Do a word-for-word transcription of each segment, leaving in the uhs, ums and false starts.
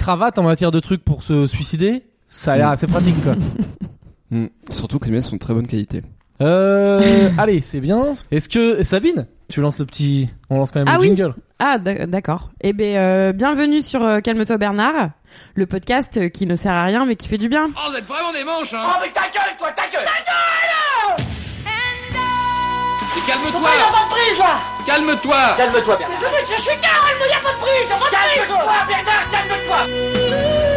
cravates en matière de trucs pour se suicider, ça a l'air assez pratique, quoi. Mmh. Surtout que les miennes sont de très bonne qualité. Euh, allez, c'est bien. Est-ce que Sabine, tu lances le petit, on lance quand même ah le oui. jingle. Ah d'accord. Eh ben euh, bienvenue sur euh, Calme-toi Bernard, le podcast euh, qui ne sert à rien mais qui fait du bien. Oh, vous êtes vraiment des manches, hein. Oh, mais ta gueule, toi, ta gueule. Ta gueule. Et calme-toi. Pourquoi il y a pas de prise, là? Calme-toi. Calme-toi, Bernard. Je, je suis calme, il y a pas de prise, y a pas de prise. Calme-toi, Bernard, calme-toi.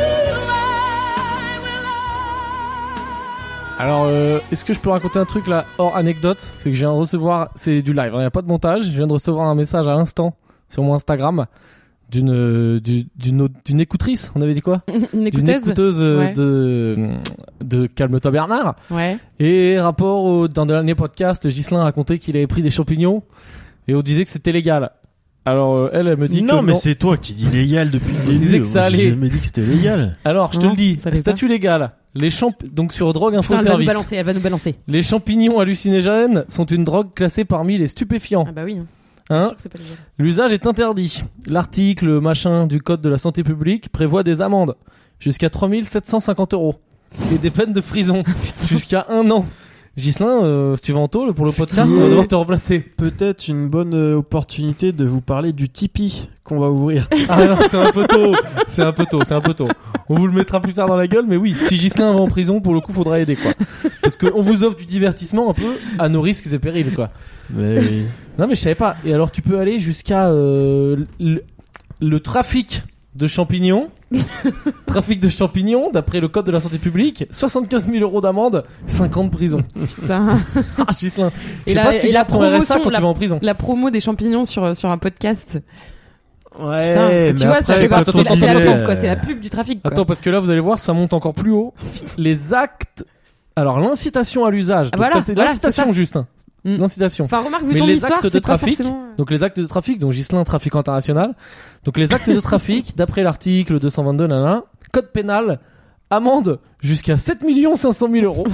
Alors, euh, est-ce que je peux raconter un truc là, hors anecdote? C'est que je viens de recevoir, c'est du live, il n'y a pas de montage. Je viens de recevoir un message à l'instant sur mon Instagram d'une euh, d'une d'une, d'une écoutrice. On avait dit quoi? Une écouteuse. D'une écouteuse euh, Ouais. de de Calme-toi Bernard. Ouais. Et rapport au, dans le dernier podcast, Ghislain racontait qu'il avait pris des champignons et on disait que c'était légal. Alors euh, elle, elle me dit non, que mais non. c'est toi qui dis légal depuis le début. disais que ça Moi, allait. J'ai jamais dit que c'était légal. Alors je te Non, le dis, ça l'est statut légal. Les champ donc sur Drogue Info Putain, elle va nous Service. balancer, elle va nous balancer. Les champignons hallucinogènes sont une drogue classée parmi les stupéfiants. Ah bah oui. Hein Sûr que c'est pas légal. L'usage est interdit. L'article machin du code de la santé publique prévoit des amendes jusqu'à trois mille sept cent cinquante euros et des peines de prison jusqu'à un an. Ghislain, euh, si tu vas en tôle pour le podcast, on va devoir te remplacer. Peut-être une bonne euh, opportunité de vous parler du Tipeee qu'on va ouvrir. Ah non, c'est un peu tôt. C'est un peu tôt, c'est un peu tôt. On vous le mettra plus tard dans la gueule, mais oui, si Ghislain va en prison, pour le coup, faudra aider, quoi. Parce qu'on vous offre du divertissement un peu à nos risques et périls, quoi. Mais oui. Non, mais je savais pas. Et alors, tu peux aller jusqu'à euh, le, le trafic de champignons. Trafic de champignons, d'après le code de la santé publique, soixante-quinze mille euros d'amende, cinq ans de prison. Putain. Ah, Ghislain. Je Et sais la- pas si tu et la gardes ton R S A promotion, quand la- tu vas en prison. La promo des champignons sur sur un podcast. Ouais, Putain, parce que mais tu vois, après, ça fait quand partie- on c'est la, c'est la disait, pub, quoi. C'est la pub du trafic, quoi. Attends, parce que là, vous allez voir, ça monte encore plus haut. Les actes. Alors, l'incitation à l'usage. Ah, Donc, voilà, ça, c'est voilà, l'incitation, c'est ça. juste. hein. Mm. L'incitation. Enfin, remarque, vu Mais ton les histoire, actes de c'est pas trafic, forcément... Donc, les actes de trafic, donc Ghislain, trafiquant international. Donc, les actes de trafic, d'après l'article deux cent vingt-deux, nanana, code pénal, amende jusqu'à sept millions cinq cent mille euros.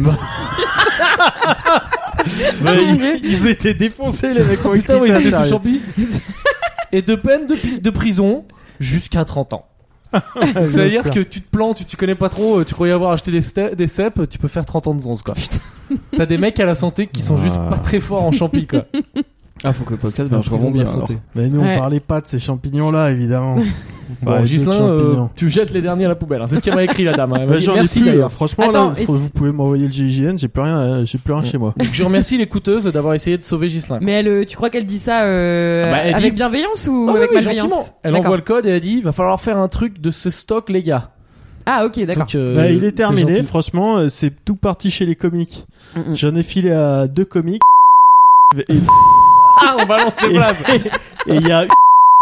Ouais, ils, ils étaient défoncés, les mecs. qui ont écrit Putain, oui, ça, c'était sous sérieux. champi. Et de peine de, pi- de prison jusqu'à trente ans. C'est-à-dire que tu te plantes, tu, tu connais pas trop, euh, tu croyais avoir acheté des, ste- des cèpes, tu peux faire trente ans de zonze, quoi. T'as des mecs à la santé qui sont Ah. juste pas très forts en champi, quoi. Ah, faut que le podcast En marche prison vraiment de la bien. Alors. santé. Mais nous, Ouais. on parlait pas de ces champignons-là, évidemment. On Bon, parlait Ghislain, d'autres euh, champignons. tu jettes les derniers à la poubelle. hein. C'est ce qu'elle m'a écrit, la dame. hein. Elle m'a Bah, dit, j'en ai merci plus, d'ailleurs. franchement, Attends, là, et faut- si- vous pouvez m'envoyer le G I G N, j'ai plus rien, euh, j'ai plus rien chez moi. Donc, je remercie l'écouteuse d'avoir essayé de sauver Ghislain. Mais elle, euh, tu crois qu'elle dit ça euh, Ah bah, elle avec dit- bienveillance ou Ah oui, avec oui, malveillance? gentiment. Elle D'accord. envoie le code et elle dit, va falloir faire un truc de ce stock, les gars. Ah, ok, d'accord. Donc, euh, Bah, il est c'est terminé, gentil. franchement, euh, c'est tout parti chez les comiques. Mm, mm. J'en ai filé à deux comiques. Et Ah, on balance les blagues. et il y a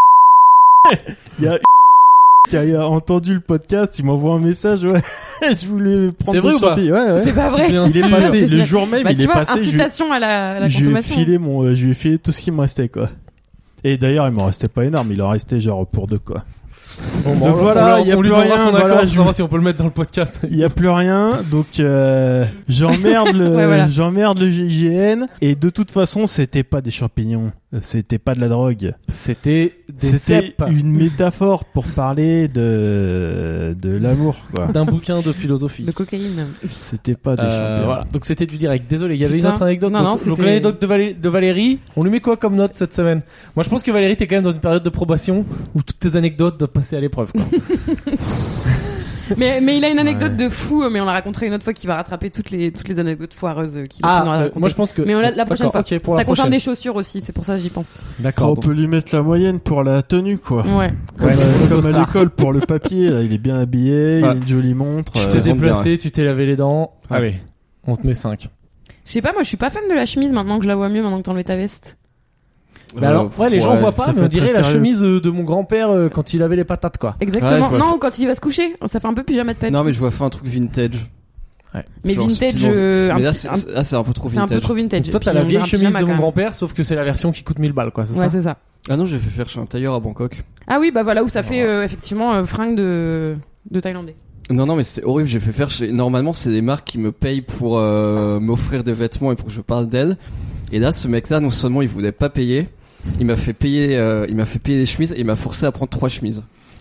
il y a qui a entendu le podcast, il m'envoie un message, ouais. Je voulais prendre C'est vrai des ou pas champi- ouais, ouais. C'est pas vrai. Bien Il est sûr. passé C'est le bien. jour même, Bah, il tu est vois, passé, je lui- incitation à la, à la je lui ai consommation. filé mon euh, je lui ai filé tout ce qui me restait, quoi. Et d'ailleurs, il m'en restait pas énorme, il en restait genre pour deux, quoi. Bon, Donc bon, voilà, on, il y a on lui plus demandera rien, son accord voilà, pour je savoir si on peut le mettre dans le podcast. Il y a plus rien, donc euh, j'emmerde le Ouais, voilà. j'emmerde le G I G N, et de toute façon, c'était pas des champignons, c'était pas de la drogue. C'était des C'était cèpes une métaphore pour parler de de l'amour, quoi. d'un bouquin de philosophie. De cocaïne. C'était pas des Euh, champignons. voilà. Donc c'était du direct. Désolé, il y avait Putain. une autre anecdote. Non, donc, non, donc c'était- l'anecdote de, Valé- de Valérie, on lui met quoi comme note cette semaine? Moi je pense que Valérie, t'es quand même dans une période de probation où toutes tes anecdotes doivent passer à l'épreuve, quoi. Mais, mais il a une anecdote Ouais. de fou, mais on la raconterait une autre fois, qui va rattraper toutes les, toutes les anecdotes foireuses qu'il Ah, nous a euh, racontées. moi je pense que. Mais on l'a la prochaine D'accord, fois. ok, pour ça la concerne prochaine. des chaussures aussi, c'est pour ça que j'y pense. D'accord. On donc- peut lui mettre la moyenne pour la tenue, quoi. Ouais. Comme, Ouais, euh, pour le comme à costard. l'école pour le papier, là, il est bien habillé, il Ouais. a une jolie montre. Tu euh, t'es raison de déplacé, bien, tu t'es lavé les dents. Ouais. Allez, on te met cinq. Je sais pas, moi je suis pas fan de la chemise maintenant que je la vois mieux, maintenant que t'as enlevé ta veste. Mais alors, ouais, les gens voient pas, ça mais fait on dirait très la sérieux. chemise euh, de mon grand-père euh, quand il avait les patates, quoi. Exactement. Ouais, je vois non, fa- quand il va se coucher, ça fait un peu pyjama de papy. Non, mais je vois faire un truc vintage. Mais Genre, vintage, subtilement- euh, un Mais là, petit- c'est un- c'est- là, c'est un peu trop c'est un peu vintage. trop vintage. Donc toi, Puis t'as la on vieille dirait un chemise pyjama, de mon quand même. grand-père, sauf que c'est la version qui coûte mille balles, quoi, c'est Ouais, ça? c'est ça. Ah non, j'ai fait faire chez un tailleur à Bangkok. Ah oui, bah voilà où ça fait euh, effectivement euh, fringue de de Thaïlandais. Non, non, mais c'est horrible. J'ai fait faire chez. Normalement, c'est des marques qui me payent pour euh, m'offrir des vêtements et pour que je parle d'elles. Et là, ce mec-là, non seulement il voulait pas payer, il m'a fait payer, euh, il m'a fait payer des chemises et il m'a forcé à prendre trois chemises.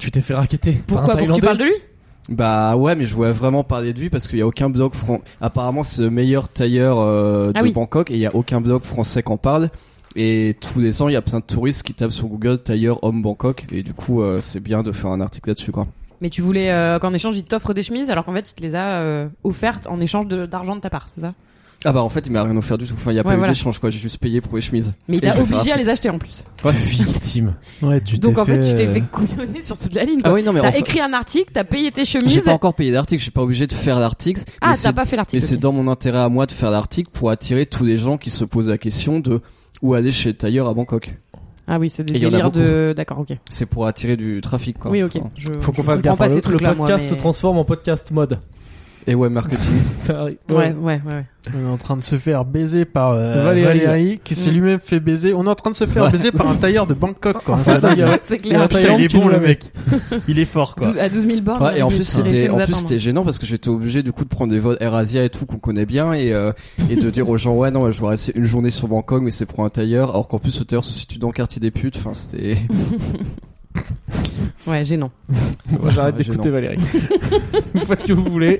Tu t'es fait raqueter. Pourquoi? Pour que tu parles de lui? Bah ouais, mais je voulais vraiment parler de lui parce qu'il y a aucun blog français. Apparemment, c'est le meilleur tailleur euh, de Ah oui. Bangkok et il y a aucun blog français qui en parle. Et tous les ans, il y a plein de touristes qui tapent sur Google tailleur homme Bangkok et du coup, euh, c'est bien de faire un article là-dessus, quoi. Mais tu voulais euh, qu'en échange il t'offre des chemises alors qu'en fait il te les a euh, offertes en échange de, d'argent de ta part, c'est ça? Ah bah en fait, il m'a rien offert du tout. Enfin, il y a Ouais, pas voilà. eu d'échange, quoi. J'ai juste payé pour les chemises. Mais il Et t'a je vais faire obligé à article. les acheter en plus. Ouais, victime. Ouais, tu Donc t'es en fait, tu t'es euh, fait couillonner sur toute la ligne. Quoi. Ah oui, non mais T'as enfin, écrit un article, t'as payé tes chemises. j'ai pas encore payé l'article. Je suis pas obligé de faire l'article. Ah, mais t'as c'est- pas fait Mais l'article. c'est ok. dans mon intérêt à moi de faire l'article pour attirer tous les gens qui se posent la question de où aller chez le tailleur à Bangkok. Ah oui, c'est des Et il y en a délires de. D'accord, ok. C'est pour attirer du trafic, quoi. Oui, ok. Enfin, Je, Faut qu'on je fasse comprends gaffe. pas hein. ces Le, le trucs-là, moi, podcast mais- se transforme en podcast mode. Et ouais, marketing. Ça arrive. Ouais, ouais, ouais. On est en train de se faire baiser par euh, Valérie. Valérie, qui s'est Mm. lui-même fait baiser. On est en train de se faire Ouais. baiser par un tailleur de Bangkok, quoi. fait, il y a- c'est Et clair. la Putain, Thaïlande il est qui bon nous le l'avait. mec. Il est fort, quoi. douze à douze mille bornes. Ouais, et en il plus serait c'était fait en nous plus attendre. c'était gênant parce que j'étais obligé du coup de prendre des vols Air Asia et tout qu'on connaît bien et euh, et de dire aux gens ouais non je vais rester une journée sur Bangkok mais c'est pour un tailleur alors qu'en plus le tailleur se situe dans le quartier des putes. Enfin c'était Ouais, gênant. Moi, j'arrête Ouais, d'écouter gênant. Valérie. Vous faites ce que vous voulez.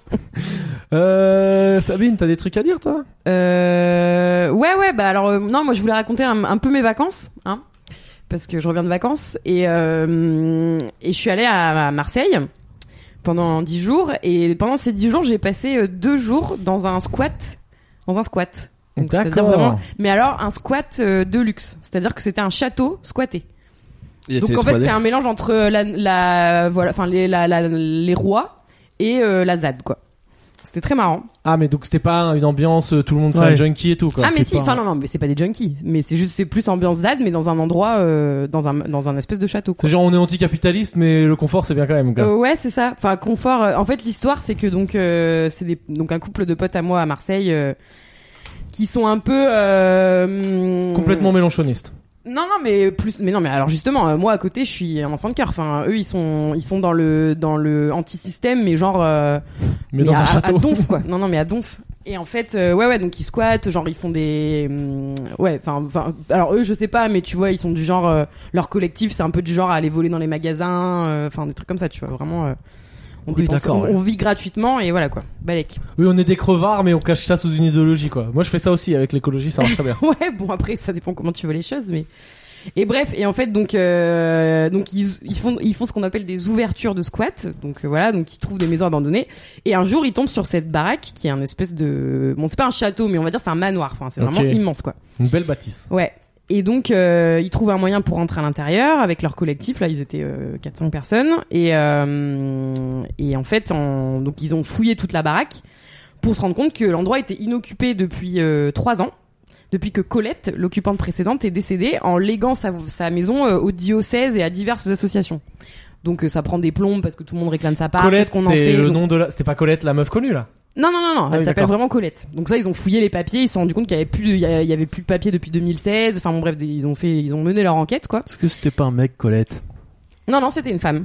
Euh, Sabine, t'as des trucs à dire, toi? Euh... Ouais, ouais, bah alors, euh, non, moi je voulais raconter un, un peu mes vacances, hein, parce que je reviens de vacances, et, euh, et je suis allée à, à Marseille pendant dix jours, et pendant ces dix jours, j'ai passé euh, deux jours dans un squat, dans un squat. Donc, c'est-à-dire D'accord. vraiment- Mais alors, un squat euh, de luxe, c'est-à-dire que c'était un château squatté. il Donc était en fait, étoilé. c'est un mélange entre la, la voilà, enfin les, la, la- les rois et euh, la Z A D, quoi. C'était très marrant. Ah, mais donc c'était pas une ambiance, euh, tout le monde c'est Ouais. un junkie et tout, quoi. Ah mais c'est si, pas- enfin non non, mais c'est pas des junkies, mais c'est juste c'est plus ambiance Z A D mais dans un endroit euh, dans un dans un espèce de château, quoi. C'est genre on est anticapitaliste, mais le confort c'est bien quand même, quoi. Euh, ouais, c'est ça. Enfin, confort. euh, en fait, l'histoire, c'est que donc euh, c'est des, donc un couple de potes à moi à Marseille euh, qui sont un peu euh, Complètement mélanchoniste. Non, non, mais plus, mais non, mais alors justement, euh, moi à côté, je suis un enfant de cœur. Enfin, eux, ils sont, ils sont dans le, dans le anti-système, mais genre, euh, Mais, dans à, un château. à Donf, quoi. Non, non, mais à Donf. Et en fait, euh, ouais, ouais, donc ils squattent, genre ils font des, hum, ouais, enfin, enfin, alors eux, je sais pas, mais tu vois, ils sont du genre, euh, leur collectif, c'est un peu du genre à aller voler dans les magasins, euh, enfin des trucs comme ça, tu vois, vraiment. euh, on, Oui, dépense- d'accord, on, ouais. on vit gratuitement et voilà quoi. Balek. Oui, on est des crevards, mais on cache ça sous une idéologie, quoi. Moi, je fais ça aussi avec l'écologie, ça marche très bien. Ouais, bon après ça dépend comment tu vois les choses, mais et bref et en fait donc euh, donc ils, ils font ils font ce qu'on appelle des ouvertures de squat, donc euh, voilà, donc ils trouvent des maisons abandonnées et un jour ils tombent sur cette baraque qui est un espèce de bon c'est pas un château mais on va dire c'est un manoir, enfin c'est vraiment Ok. immense quoi. Une belle bâtisse. Ouais. Et donc euh, ils trouvent un moyen pour rentrer à l'intérieur avec leur collectif, là ils étaient euh, quatre cinq personnes et euh, et en fait en, donc ils ont fouillé toute la baraque pour se rendre compte que l'endroit était inoccupé depuis euh, trois ans. Depuis que Colette, l'occupante précédente, est décédée en léguant sa, sa maison euh, au diocèse et à diverses associations. Donc euh, ça prend des plombes parce que tout le monde réclame sa part. Colette, qu'est-ce qu'on en c'est fait le donc- nom de la. C'était pas Colette, la meuf connue, là. Non non non non, Ah elle oui, s'appelle d'accord. vraiment Colette. Donc ça ils ont fouillé les papiers, ils se sont rendu compte qu'il y avait plus, de- il y a- il y avait plus de papiers depuis deux mille seize. Enfin bon bref, des- ils ont fait, ils ont mené leur enquête quoi. Est-ce que c'était pas un mec, Colette? Non, non, c'était une femme.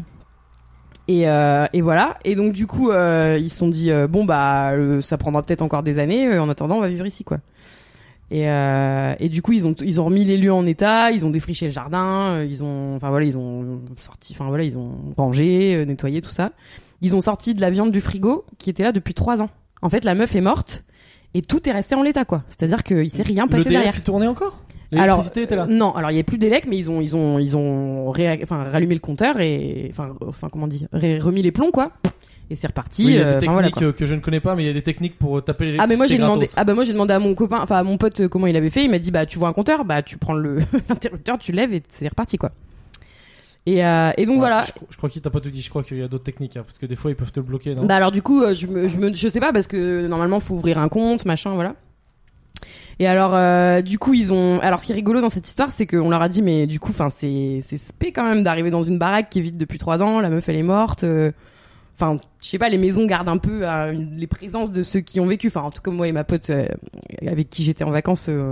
Et, euh, et voilà. Et donc, du coup, euh, ils se sont dit, euh, bon, bah, euh, ça prendra peut-être encore des années. euh, en attendant, on va vivre ici, quoi. Et, euh, et du coup, ils ont, ils ont remis les lieux en état. Ils ont défriché le jardin. euh, Ils ont, enfin voilà, ils ont sorti, enfin voilà, ils ont rangé, euh, nettoyé tout ça. Ils ont sorti de la viande du frigo qui était là depuis trois ans. En fait, la meuf est morte et tout est resté en l'état, quoi. C'est-à-dire qu'il s'est rien Le passé D F, derrière. il tournait encore? Alors, L'électricité était là. Non, alors il y a plus d'élec, mais ils ont ils ont ils ont ré- enfin rallumé le compteur et enfin enfin comment on dit, ré- remis les plombs quoi. Et c'est reparti. Oui, il y a euh, des enfin, voilà, techniques quoi. euh, que je ne connais pas, mais il y a des techniques pour taper les Ah mais moi j'ai demandé gratos. ah bah moi j'ai demandé à mon copain enfin à mon pote euh, comment il avait fait, il m'a dit bah tu vois un compteur, bah tu prends le l'interrupteur, tu lèves et c'est reparti quoi. Et euh, et donc Ouais, voilà. Je, je crois qu'il t'a pas tout dit. Je crois qu'il y a d'autres techniques, hein, parce que des fois ils peuvent te le bloquer, non? Bah alors du coup euh, je me je me je sais pas parce que normalement faut ouvrir un compte, machin, voilà. Et alors euh, du coup ils ont alors ce qui est rigolo dans cette histoire c'est qu'on leur a dit mais du coup enfin c'est c'est spé quand même d'arriver dans une baraque qui est vide depuis trois ans, la meuf elle est morte. euh, Enfin, je sais pas, les maisons gardent un peu euh, une- les présences de ceux qui ont vécu. Enfin, en tout cas, moi et ma pote euh, avec qui j'étais en vacances, euh,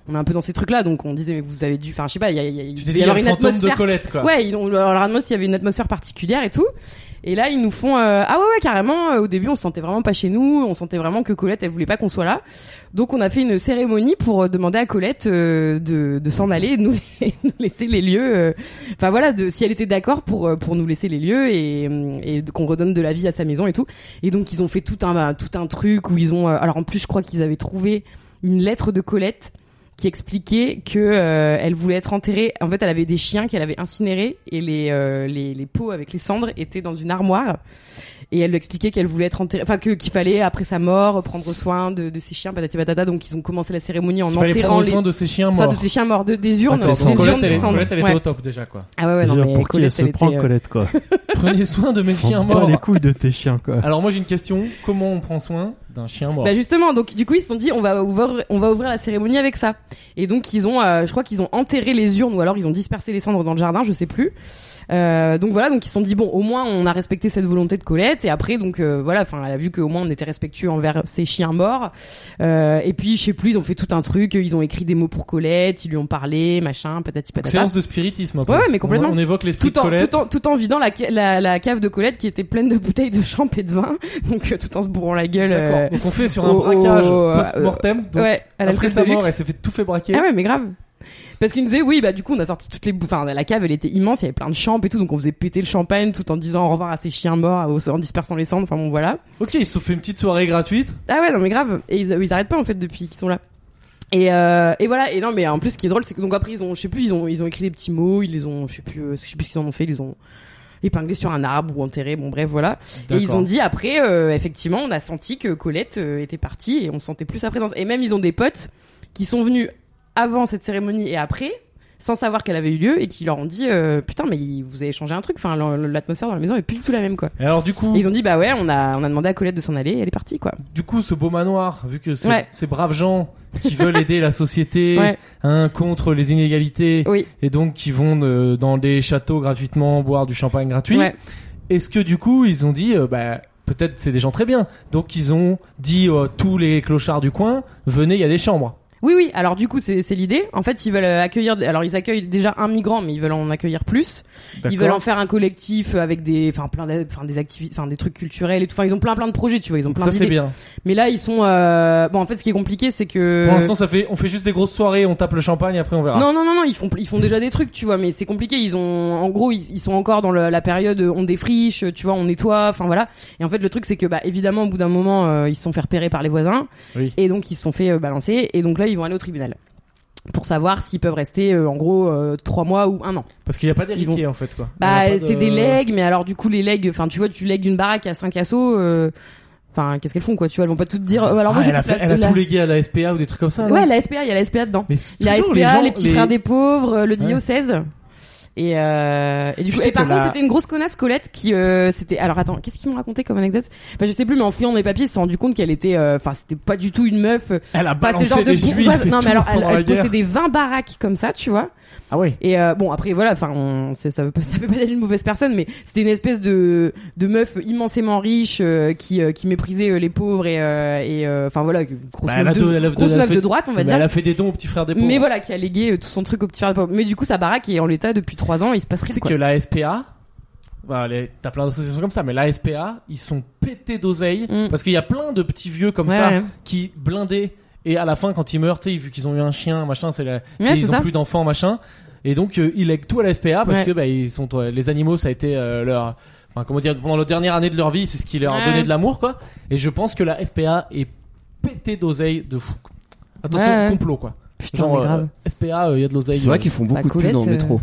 on est un peu dans ces trucs-là, donc on disait mais vous avez dû, enfin je sais pas, il y a, il y a, Tu il t'es y dit, il y a alors le une fantôme de atmosphère. Colette, quoi. Ouais, ils ont, on leur a demandé s'il y avait une atmosphère particulière et tout. Et là, ils nous font euh, ah ouais ouais carrément. euh, Au début, on se sentait vraiment pas chez nous. On sentait vraiment que Colette, elle voulait pas qu'on soit là. Donc, on a fait une cérémonie pour euh, demander à Colette euh, de, de s'en aller, de nous, nous laisser les lieux. euh, Enfin voilà, de, si elle était d'accord pour euh, pour nous laisser les lieux et, et qu'on redonne de la vie à sa maison et tout. Et donc, ils ont fait tout un tout un truc où ils ont. Euh, alors en plus, je crois qu'ils avaient trouvé une lettre de Colette qui expliquait que euh, elle voulait être enterrée. En fait, elle avait des chiens qu'elle avait incinérés et les euh, les les pots avec les cendres étaient dans une armoire. Et elle lui expliquait qu'elle voulait être enterrée, enfin que qu'il fallait après sa mort prendre soin de de ses chiens, patati patata. Donc ils ont commencé la cérémonie en Il fallait enterrant prendre les, soin de ces chiens enfin morts. de ses chiens morts, de, des urnes, Attends, des donc urnes Colette, elle, de est- cendres. Colette, elle était Ouais. au top déjà, quoi. Ah ouais ouais non Genre, mais pour qui elle Colette, se elle prend, était, euh, Colette, quoi. Prenez soin de mes chiens On bat morts. les couilles de tes chiens, quoi. Alors moi j'ai une question, comment on prend soin d'un chien mort? Bah justement, donc du coup ils se sont dit on va ouvrir, on va ouvrir la cérémonie avec ça. Et donc ils ont, euh, je crois qu'ils ont enterré les urnes ou alors ils ont dispersé les cendres dans le jardin, je sais plus. Euh, donc voilà, donc ils se sont dit bon au moins on a respecté cette volonté de Colette et après donc euh, voilà, enfin elle a vu qu'au moins on était respectueux envers ces chiens morts. Euh, et puis je sais plus, ils ont fait tout un truc, ils ont écrit des mots pour Colette, ils lui ont parlé, machin, patati patata. Séance de spiritisme un peu. Ouais, ouais, mais complètement. On, on évoque l'esprit Tout de en, Colette. tout en, tout en vidant la, ca- la, la cave de Colette qui était pleine de bouteilles de champ et de vin, donc euh, tout en se bourrant la gueule. D'accord. euh, Donc on fait sur un au- braquage au- post-mortem. Donc ouais, à la après prise sa de mort, luxe. elle s'est fait tout fait braquer. Ah ouais, mais grave. Parce qu'il nous disait, oui, bah du coup, on a sorti toutes les bouts. Enfin, la cave, elle était immense, il y avait plein de champs et tout, donc on faisait péter le champagne tout en disant au revoir à ces chiens morts, au- en dispersant les cendres. Enfin bon, voilà. Ok, ils se sont fait une petite soirée gratuite. Ah ouais, non mais grave. Et ils, ils arrêtent pas en fait depuis qu'ils sont là. Et, euh, et voilà. Et non, mais en plus, ce qui est drôle, c'est que donc après, ils ont, je sais plus, ils ont, ils ont écrit des petits mots, ils les ont, je sais plus, euh, je sais plus ce qu'ils en ont fait, ils les ont épinglés sur un arbre ou enterrés. Bon, bref, voilà. Et ils D'accord. ont dit après, euh, effectivement, on a senti que Colette euh, était partie et on sentait plus sa présence. Et même ils ont des potes qui sont venus avant cette cérémonie et après, sans savoir qu'elle avait eu lieu et qui leur ont dit euh, putain mais vous avez changé un truc, enfin l'atmosphère dans la maison est plus du tout la même quoi. Et alors du coup, Et ils ont dit bah ouais on a on a demandé à Colette de s'en aller et elle est partie quoi. du coup, ce beau manoir, vu que c'est Ouais. ces braves gens qui veulent aider la société Ouais. hein, contre les inégalités Oui. et donc qui vont euh, dans des châteaux gratuitement boire du champagne gratuit. Ouais. Est-ce que du coup, ils ont dit euh, bah peut-être c'est des gens très bien. Donc ils ont dit euh, tous les clochards du coin, venez, il y a des chambres. Oui oui, alors du coup c'est c'est l'idée. En fait, ils veulent euh, accueillir alors ils accueillent déjà un migrant mais ils veulent en accueillir plus. Ils veulent en faire un collectif avec des enfin plein de, enfin des activités enfin des trucs culturels et tout. Enfin ils ont plein plein de projets, tu vois, ils ont plein Ça c'est d'idées. bien. Mais là ils sont euh... bon en fait ce qui est compliqué c'est que Pour l'instant, ça fait, on fait juste des grosses soirées, on tape le champagne, après on verra. Non, non, non, non, ils font, ils font déjà des trucs, tu vois, mais c'est compliqué. Ils ont, en gros, ils, ils sont encore dans le- la période, euh, on défriche, tu vois, on nettoie, enfin voilà. Et en fait, le truc, c'est que, bah, évidemment, au bout d'un moment, euh, ils se sont fait repérer par les voisins. Oui. Et donc, ils se sont fait euh, balancer. Et donc là, ils vont aller au tribunal. Pour savoir s'ils peuvent rester, euh, en gros, euh, trois mois ou un an. Parce qu'il n'y a pas d'héritier Ils en fait quoi. Bah, Il y a pas de- c'est des legs, mais alors, du coup, les legs, enfin, tu vois, tu lègues une baraque à cinq assos, euh, enfin, qu'est-ce qu'elles font, quoi, tu vois, elles vont pas toutes dire, euh, alors Ah, moi, elle, a j'occupe fait- la- elle a la- tout légué à la S P A ou des trucs comme ça. non Ouais, la S P A, il y a la S P A dedans. Mais c'est La toujours S P A, les, les gens, petits frères des pauvres, euh, le diocèse. Et, euh, et du Tu coup, sais et par que contre, la- c'était une grosse connasse Colette qui, euh, c'était, alors attends, qu'est-ce qu'ils m'ont raconté comme anecdote? Enfin, je sais plus, mais en fouillant dans les papiers, ils se sont rendu compte qu'elle était, euh, enfin, c'était pas du tout une meuf, euh, Elle a pas ce balancé genre de des bourgeoise. juifs et Non, tout mais alors, elle, pendant la elle guerre. possédait vingt baraques comme ça, tu vois. Ah ouais. Et euh, bon, après, voilà, enfin, on, c'est- ça veut pas, ça veut pas dire une mauvaise personne, mais c'était une espèce de, de meuf immensément riche, euh, qui, euh, qui méprisait euh, les pauvres et, euh, et, euh, enfin, voilà, une grosse Bah, elle meuf, a de, do- elle a- grosse elle a meuf fait- de droite, on va Mais dire. elle a fait des dons aux petits frères des pauvres. Mais voilà, qui a légué euh, tout son truc au petit frère de pauvre. Mais du coup, sa baraque est en l'état depuis trois ans et il se passe rien, C'est quoi. que la S P A, voilà, les- t'as plein d'associations comme ça, mais la S P A, ils sont pétés d'oseille Mm. parce qu'il y a plein de petits vieux comme Ouais, ça ouais. qui blindés et à la fin quand ils meurent, tu sais, vu qu'ils ont eu un chien, machin, c'est la, Ouais, et c'est ils ont ça. plus d'enfants, machin, et donc euh, ils lèguent tout à la S P A parce Ouais. que bah ils sont euh, les animaux, ça a été euh, leur, enfin comment dire, pendant la dernière année de leur vie, c'est ce qui leur a Ouais. donné de l'amour, quoi. Et je pense que la S P A est pétée d'oseille de fou. Attention, Ouais, ouais. complot, quoi. Putain, Genre mais grave. euh, S P A, il y a de l'oseille. C'est vrai euh, qu'ils font beaucoup Bah, de pubs dans le Colette, métro.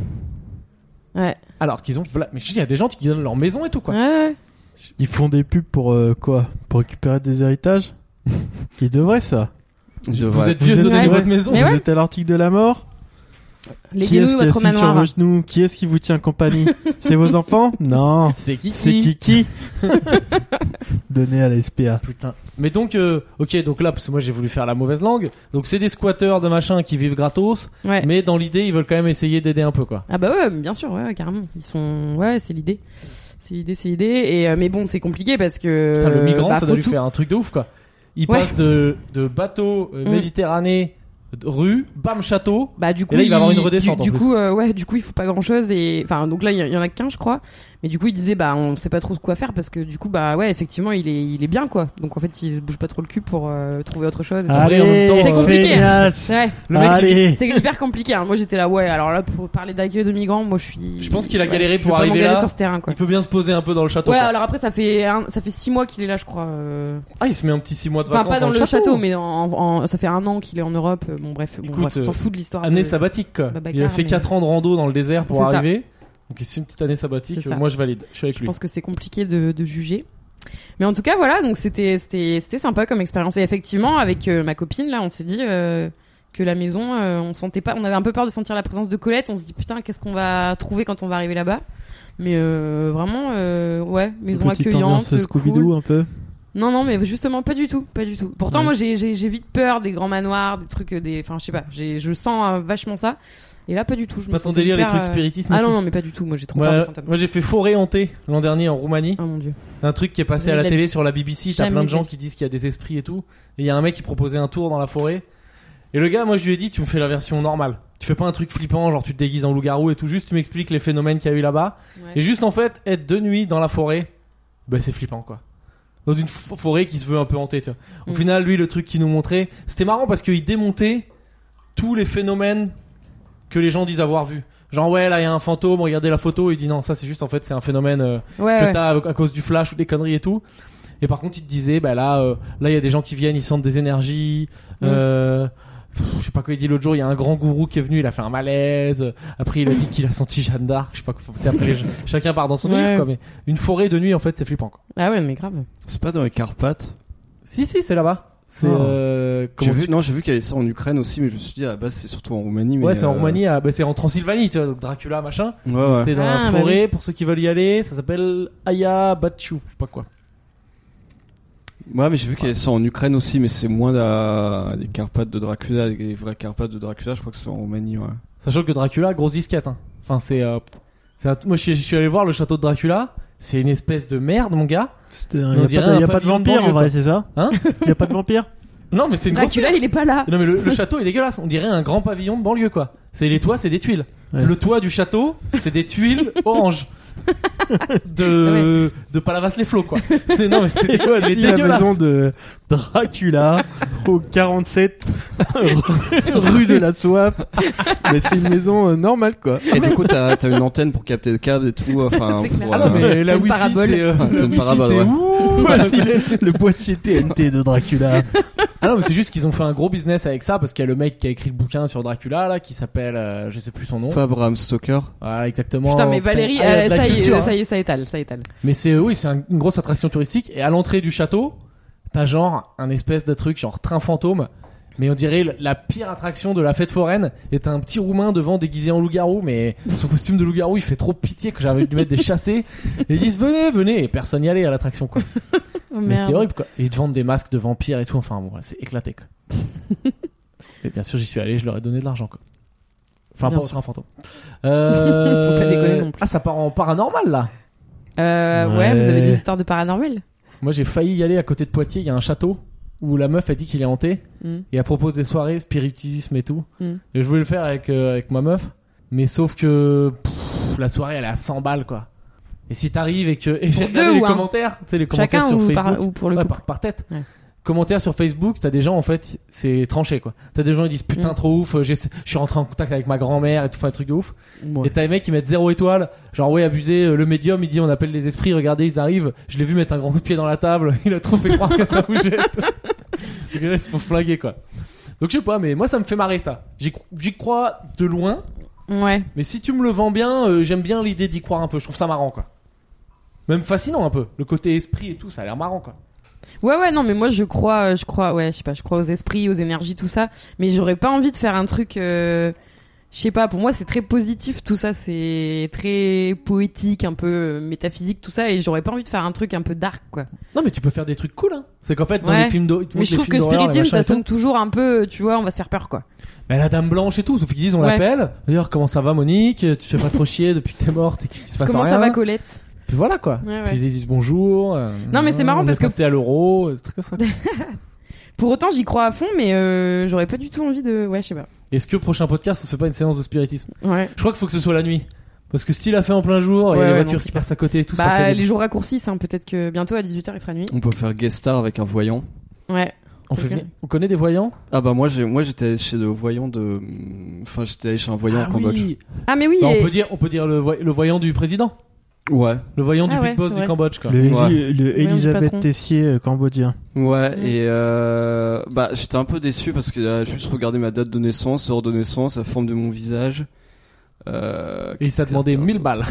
Ouais. alors qu'ils ont, voilà, mais je dis, il y a des gens qui donnent leur maison et tout, quoi. Ouais, ouais. Ils font des pubs pour euh, quoi? Pour récupérer des héritages? Ils devraient ça. Je Vous vois. êtes vieux de êtes- donner Ouais. votre maison. Mais Vous ouais. êtes à l'article de la mort? Les Qui est-ce guenouilles, qui est votre assis sur manoir. vos genoux? Qui est-ce qui vous tient compagnie? C'est vos enfants? Non. C'est qui C'est Kiki. Donné à la S P A. Putain. Mais donc, euh, ok, donc là, parce que moi j'ai voulu faire la mauvaise langue. Donc c'est des squatteurs de machin qui vivent gratos, Ouais. mais dans l'idée, ils veulent quand même essayer d'aider un peu, quoi. Ah bah ouais, bien sûr, ouais, ouais, carrément. Ils sont, ouais, c'est l'idée. C'est l'idée, c'est l'idée. Et euh, mais bon, c'est compliqué parce que. Putain, le migrant, bah, ça faut doit lui tout- faire un truc de ouf, quoi. Il Ouais. passe de, de bateau euh, Mm. Méditerranée rue, bam, château. Bah du coup, Et là, il va avoir une du- redescente, en Du, plus. coup, euh, ouais, du coup, il faut pas grand chose et enfin, donc là, il y, y en a qu'un, je crois. Mais du coup, il disait, bah, on sait pas trop quoi faire parce que du coup, bah, ouais, effectivement, il est, il est bien, quoi. Donc en fait, il se bouge pas trop le cul pour euh, trouver autre chose. et tout. Allez, en même temps, c'est compliqué. feignasse. Ouais, Le mec, Allez. c'est hyper compliqué. Hein. Moi, j'étais là, ouais. Alors là, pour parler d'accueil de migrants, moi, je suis. Je pense qu'il a ouais, galéré je pour vais pas arriver m'engager là. sur ce terrain, quoi. il peut bien se poser un peu dans le château. Ouais, quoi. alors après, ça fait un, ça fait six mois qu'il est là, je crois. euh. Ah, il se met un petit six mois de Enfin, vacances pas dans, le le château, mais en, en- ça fait un an qu'il est en Europe. euh, Bon, bref, bon, Écoute, bref, on s'en euh, fout de l'histoire. Année de- sabbatique, quoi. Babacar, Il a fait mais- quatre ans de rando dans le désert pour C'est ça. arriver. Donc il se fait une petite année sabbatique. C'est ça. Moi, je valide. Je suis avec Je lui. pense que c'est compliqué de, de juger. Mais en tout cas, voilà, donc c'était c'était c'était sympa comme expérience. Et effectivement, avec euh, ma copine, là, on s'est dit euh, que la maison, euh, on sentait pas, on avait un peu peur de sentir la présence de Colette. On se dit putain, qu'est-ce qu'on va trouver quand on va arriver là-bas. Mais euh, vraiment, euh, ouais, maison Petite accueillante, ambiance Scooby-Doo cool. un peu. Non, non, mais justement pas du tout, pas du tout. Pourtant, Ouais. moi, j'ai j'ai j'ai vite peur des grands manoirs, des trucs, euh, des, enfin, je sais pas, j'ai je sens euh, vachement ça. Et là, pas du tout. Je me Pas ton sentais délire, les hyper, trucs euh, spiritisme. et Ah non, tout. non, mais pas du tout. Moi, j'ai trop peur Moi, des fantômes. moi, j'ai fait forêt hantée l'an dernier en Roumanie. Oh mon dieu. Un truc qui est passé Jamais à la de la télé vie. sur la B B C. T'as Jamais plein de de gens la qui disent qu'il y a des esprits et tout. Et il y a un mec qui proposait un tour dans la forêt. Et le gars, moi, je lui ai dit, tu me fais la version normale. Tu fais pas un truc flippant, genre tu te déguises en loup-garou et tout. Juste, tu m'expliques les phénomènes qu'il y a eu là-bas. Ouais. Et juste, en fait, être de nuit dans la forêt, bah, c'est flippant, quoi. Dans une f- forêt qui se veut un peu hantée, tu vois. Au Mm. final, lui, le truc qu'il nous montrait, c'était marrant parce qu'il démontait tous les phénomènes que les gens disent avoir vus. Genre, ouais, là, il y a un fantôme, regardez la photo. Il dit non, ça, c'est juste, en fait, c'est un phénomène euh, Ouais, que ouais. t'as à cause du flash ou des conneries et tout. Et par contre, il te disait, bah là, euh, là, il y a des gens qui viennent, ils sentent des énergies. Mm. Euh, pff, je sais pas quoi il dit l'autre jour. Il y a un grand gourou qui est venu, il a fait un malaise. Après, il a dit qu'il a senti Jeanne d'Arc. Je sais pas quoi. Tu sais, après, les gens- chacun part dans son Ouais. délire, quoi. Mais une forêt de nuit, en fait, c'est flippant, quoi. Ah ouais, mais grave. C'est pas dans les Carpates. Si, si, c'est là-bas. C'est Oh. euh, J'ai comment vu, tu- non, j'ai vu qu'il y avait ça en Ukraine aussi, mais je me suis dit à la base c'est surtout en Roumanie. Mais Ouais, c'est en euh, Roumanie, à- bah, c'est en Transylvanie, tu vois, donc Dracula, machin. Ouais, ouais. C'est dans Ah, la bah forêt, pour ceux qui veulent y aller, ça s'appelle Aya Batchu, je sais pas quoi. Ouais, mais j'ai vu qu'il y avait ça en Ukraine aussi, mais c'est moins la... des Carpates de Dracula, les vrais Carpates de Dracula. Je crois que c'est en Roumanie, ouais. Sachant que Dracula, grosse disquette, hein. Enfin, c'est, euh, c'est un- moi, je suis, je suis allé voir le château de Dracula, c'est une espèce de merde, mon gars. Il n'y On a, dirait pas de- un y a pas de pavillon de vampire en banlieue, vrai, quoi. c'est ça Hein? Il n'y a pas de vampire Non, mais c'est une grosse Dracula, il est pas là. Non mais le, le château est dégueulasse, on dirait un grand pavillon de banlieue quoi. C'est les toits, c'est des tuiles. Ouais. Le toit du château, c'est des tuiles orange. De de Palavas-les-Flots quoi. C'est non mais c'était Et elle est voici la dégueulasse. maison de Dracula au quarante-sept rue de la Soif. Mais c'est une maison euh, normale quoi. Et du coup, t'as t'as une antenne pour capter le câble et tout. Enfin, C'est pour, clair. Ah non mais la Une wifi parabole. c'est euh, T'as le une wifi, parabole, c'est ouais. ouh. Voici le, le boîtier T N T de Dracula. Ah non mais c'est juste qu'ils ont fait un gros business avec ça parce qu'il y a le mec qui a écrit le bouquin sur Dracula là qui s'appelle euh, je sais plus son nom. pas Bram Stoker. Voilà exactement. Putain, mais Valérie, Ah, il y a euh, de la ça, y culture, est, hein. ça y est, ça étale, ça étale. Mais c'est oui, c'est un- une grosse attraction touristique et à l'entrée du château, t'as genre un espèce de truc genre train fantôme, mais on dirait l- la pire attraction de la fête foraine et t'as un petit roumain devant déguisé en loup-garou, mais son costume de loup-garou il fait trop pitié que j'avais dû mettre des chassés et ils disent venez, venez et personne y allait à l'attraction quoi. Oh, Mais c'était merde. horrible quoi. Et ils te vendent des masques de vampires et tout, enfin bon, c'est éclaté quoi. Et bien sûr j'y suis allé, je leur ai donné de l'argent quoi. Enfin Bien pas au sûr. train fantôme. Euh... Faut pas déconner non plus. Ah ça part en paranormal là. Euh, ouais. Ouais. vous avez des histoires de paranormal? Moi, j'ai failli y aller à côté de Poitiers. Il y a un château où la meuf a dit qu'il est hanté Mm. et elle propose des soirées spiritisme et tout. Mm. Et je voulais le faire avec euh, avec ma meuf, mais sauf que pff, la soirée elle est à cent balles quoi. Et si t'arrives et que et j'ai Pour deux regardé les ou un commentaires, tu sais les commentaires Chacun sur ou, Facebook, par, ou pour le ouais, couple? par, par tête. Ouais. Commentaires sur Facebook, t'as des gens en fait, c'est tranché quoi. T'as des gens qui disent putain Mm. trop ouf, j'ai- je suis rentré en contact avec ma grand-mère et tout, enfin un truc de ouf. Ouais. Et t'as les mecs qui mettent zéro étoile, genre ouais abusé, euh, le médium il dit on appelle les esprits, regardez ils arrivent, je l'ai vu mettre un grand coup de pied dans la table, il a trop fait croire que ça bougeait. Donc là il se faut flinguer quoi. Donc je sais pas, mais moi ça me fait marrer ça. J'y, cro- j'y crois de loin, Ouais. mais si tu me le vends bien, euh, j'aime bien l'idée d'y croire un peu, je trouve ça marrant quoi. Même fascinant un peu, le côté esprit et tout, ça a l'air marrant quoi. Ouais, ouais, non, mais moi je crois, euh, je crois, ouais, je sais pas, je crois aux esprits, aux énergies, tout ça. Mais j'aurais pas envie de faire un truc, euh, je sais pas, pour moi c'est très positif, tout ça, c'est très poétique, un peu euh, métaphysique, tout ça, et j'aurais pas envie de faire un truc un peu dark, quoi. Non mais tu peux faire des trucs cool hein. C'est qu'en fait dans Ouais. les films d'horreur, Mais je trouve que spiritisme, ça sonne toujours un peu, tu vois, on va se faire peur, quoi. Mais la dame blanche et tout, sauf qu'ils disent on Ouais. l'appelle. D'ailleurs comment ça va Monique, tu fais pas trop chier depuis que t'es morte et qu'il se passe Comment rien. ça va, Colette? Puis voilà quoi. Ouais, ouais. Puis ils disent bonjour. euh, Non, mais c'est marrant on parce est que- passé à l'euro, des trucs comme ça. Pour autant, j'y crois à fond, mais euh, j'aurais pas du tout envie de. Ouais, je sais pas. Est-ce que prochain podcast, on se fait pas une séance de spiritisme? Ouais. Je crois qu'il faut que ce soit la nuit. Parce que s'il a fait en plein jour, il y Ouais, a les ouais, voitures non, qui passent à côté et tout, c'est pas Bah, terrible. les jours raccourcissent, hein. Peut-être que bientôt à dix-huit heures il fera nuit. On peut faire guest star avec un voyant. Ouais. On, fait Ok. venir- on connaît des voyants? Ah bah moi j'ai moi j'étais allé chez le voyant de enfin j'étais allé chez un voyant Ah en Cambodge. oui. Ah, mais oui. Bah, et- on peut dire, on peut dire le, voy- le voyant du président. Ouais. Le voyant Ah du ouais, big boss c'est du vrai. Cambodge, quoi. Le, Ouais. Ési- le patron. Elisabeth Tessier euh, cambodgien. Ouais, Mm. et euh, bah j'étais un peu déçu parce qu'il a juste regardé ma date de naissance, heure de naissance, la forme de mon visage. Euh, Et il t'a demandé mille balles.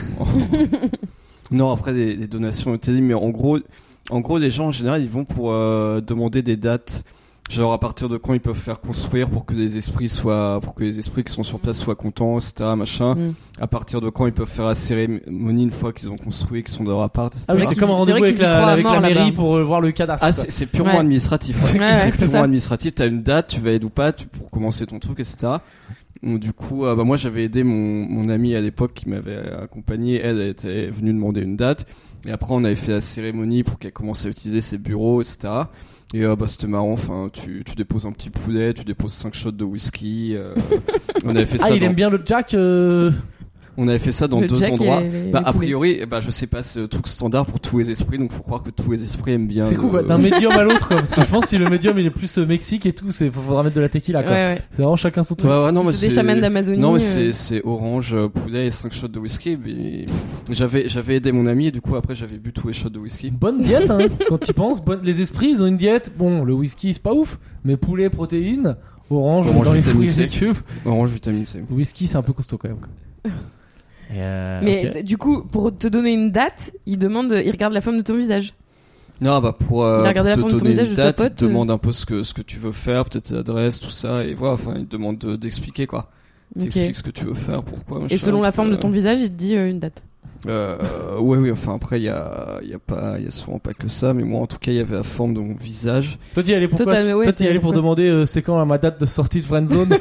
Non, après des, des donations étaient dit, mais en gros, en gros, les gens en général, ils vont pour euh, demander des dates, genre à partir de quand ils peuvent faire construire pour que les esprits soient, pour que les esprits qui sont sur place soient contents, et cetera. Machin. Mm. À partir de quand ils peuvent faire la cérémonie une fois qu'ils ont construit, qu'ils sont dans leur appart, et cetera. Ah oui, vrai c'est qu'ils- comme un c'est rendez-vous vrai avec qu'ils y la, croient à avec la mort, mairie là-bas. pour euh, voir le cadastre. Ah, quoi. c'est, c'est purement Ouais. administratif. Ouais, ouais, c'est c'est purement ça. administratif. T'as une date, tu valides ou pas, tu, pour commencer ton truc, et cetera. Donc, du coup, euh, bah, moi, j'avais aidé mon, mon amie à l'époque qui m'avait accompagné. Elle, elle était venue demander une date. Et après, on avait fait la cérémonie pour qu'elle commence à utiliser ses bureaux, et cetera. Et euh, bah, c'était marrant. Enfin, tu, tu déposes un petit poulet, tu déposes cinq shots de whisky. euh, on avait fait Ah, ça. il dans, aime bien le Jack. euh, On avait fait ça dans Le deux Jack et endroits. les- les Bah, a poulets. priori, eh bah, je sais pas, c'est le truc standard pour tous les esprits. Donc, faut croire que tous les esprits aiment bien. C'est le- cool, quoi. D'un médium à l'autre, quoi. Parce que je pense que si le médium il est plus euh, Mexique et tout, c'est faudra mettre de la tequila, quoi. Ouais, ouais. C'est vraiment chacun son truc. Ouais, ouais, non, mais C'est des chamans d'Amazonie. Non, mais euh, c'est, c'est orange, euh, poulet et cinq shots de whisky. Mais j'avais, j'avais aidé mon ami et du coup, après, j'avais bu tous les shots de whisky. Bonne diète, hein. Quand tu penses, bonne... les esprits, ils ont une diète. Bon, le whisky, c'est pas ouf. Mais poulet, protéines, orange, Orange, dans les vitamine fruits et C. légumes. Orange, vitamine C. Le whisky, c'est un peu costaud, quand même. quoi. Et euh, Mais ok. d- du coup, pour te donner une date, il demande, il regarde la forme de ton visage. Non, bah, pour, euh, Il a regardé pour la forme te de ton donner visage une de ta date, il pote, te euh. demande un peu ce que, ce que tu veux faire, peut-être l'adresse, tout ça, et voilà, enfin, il te demande de- d'expliquer, quoi. Ok. T'expliques ce que tu veux faire, pourquoi, machin. Et selon la forme de euh, ton visage, il te dit euh, une date. Euh, ouais, oui, enfin, après, il y a, il y a pas, il y a souvent pas que ça, mais moi, en tout cas, il y avait la forme de mon visage. Toi, t'y allais pour Toi, quoi t'as- ouais, Toi, t'y t'es- allais pour ouais. demander euh, c'est quand ma date de sortie de Friendzone.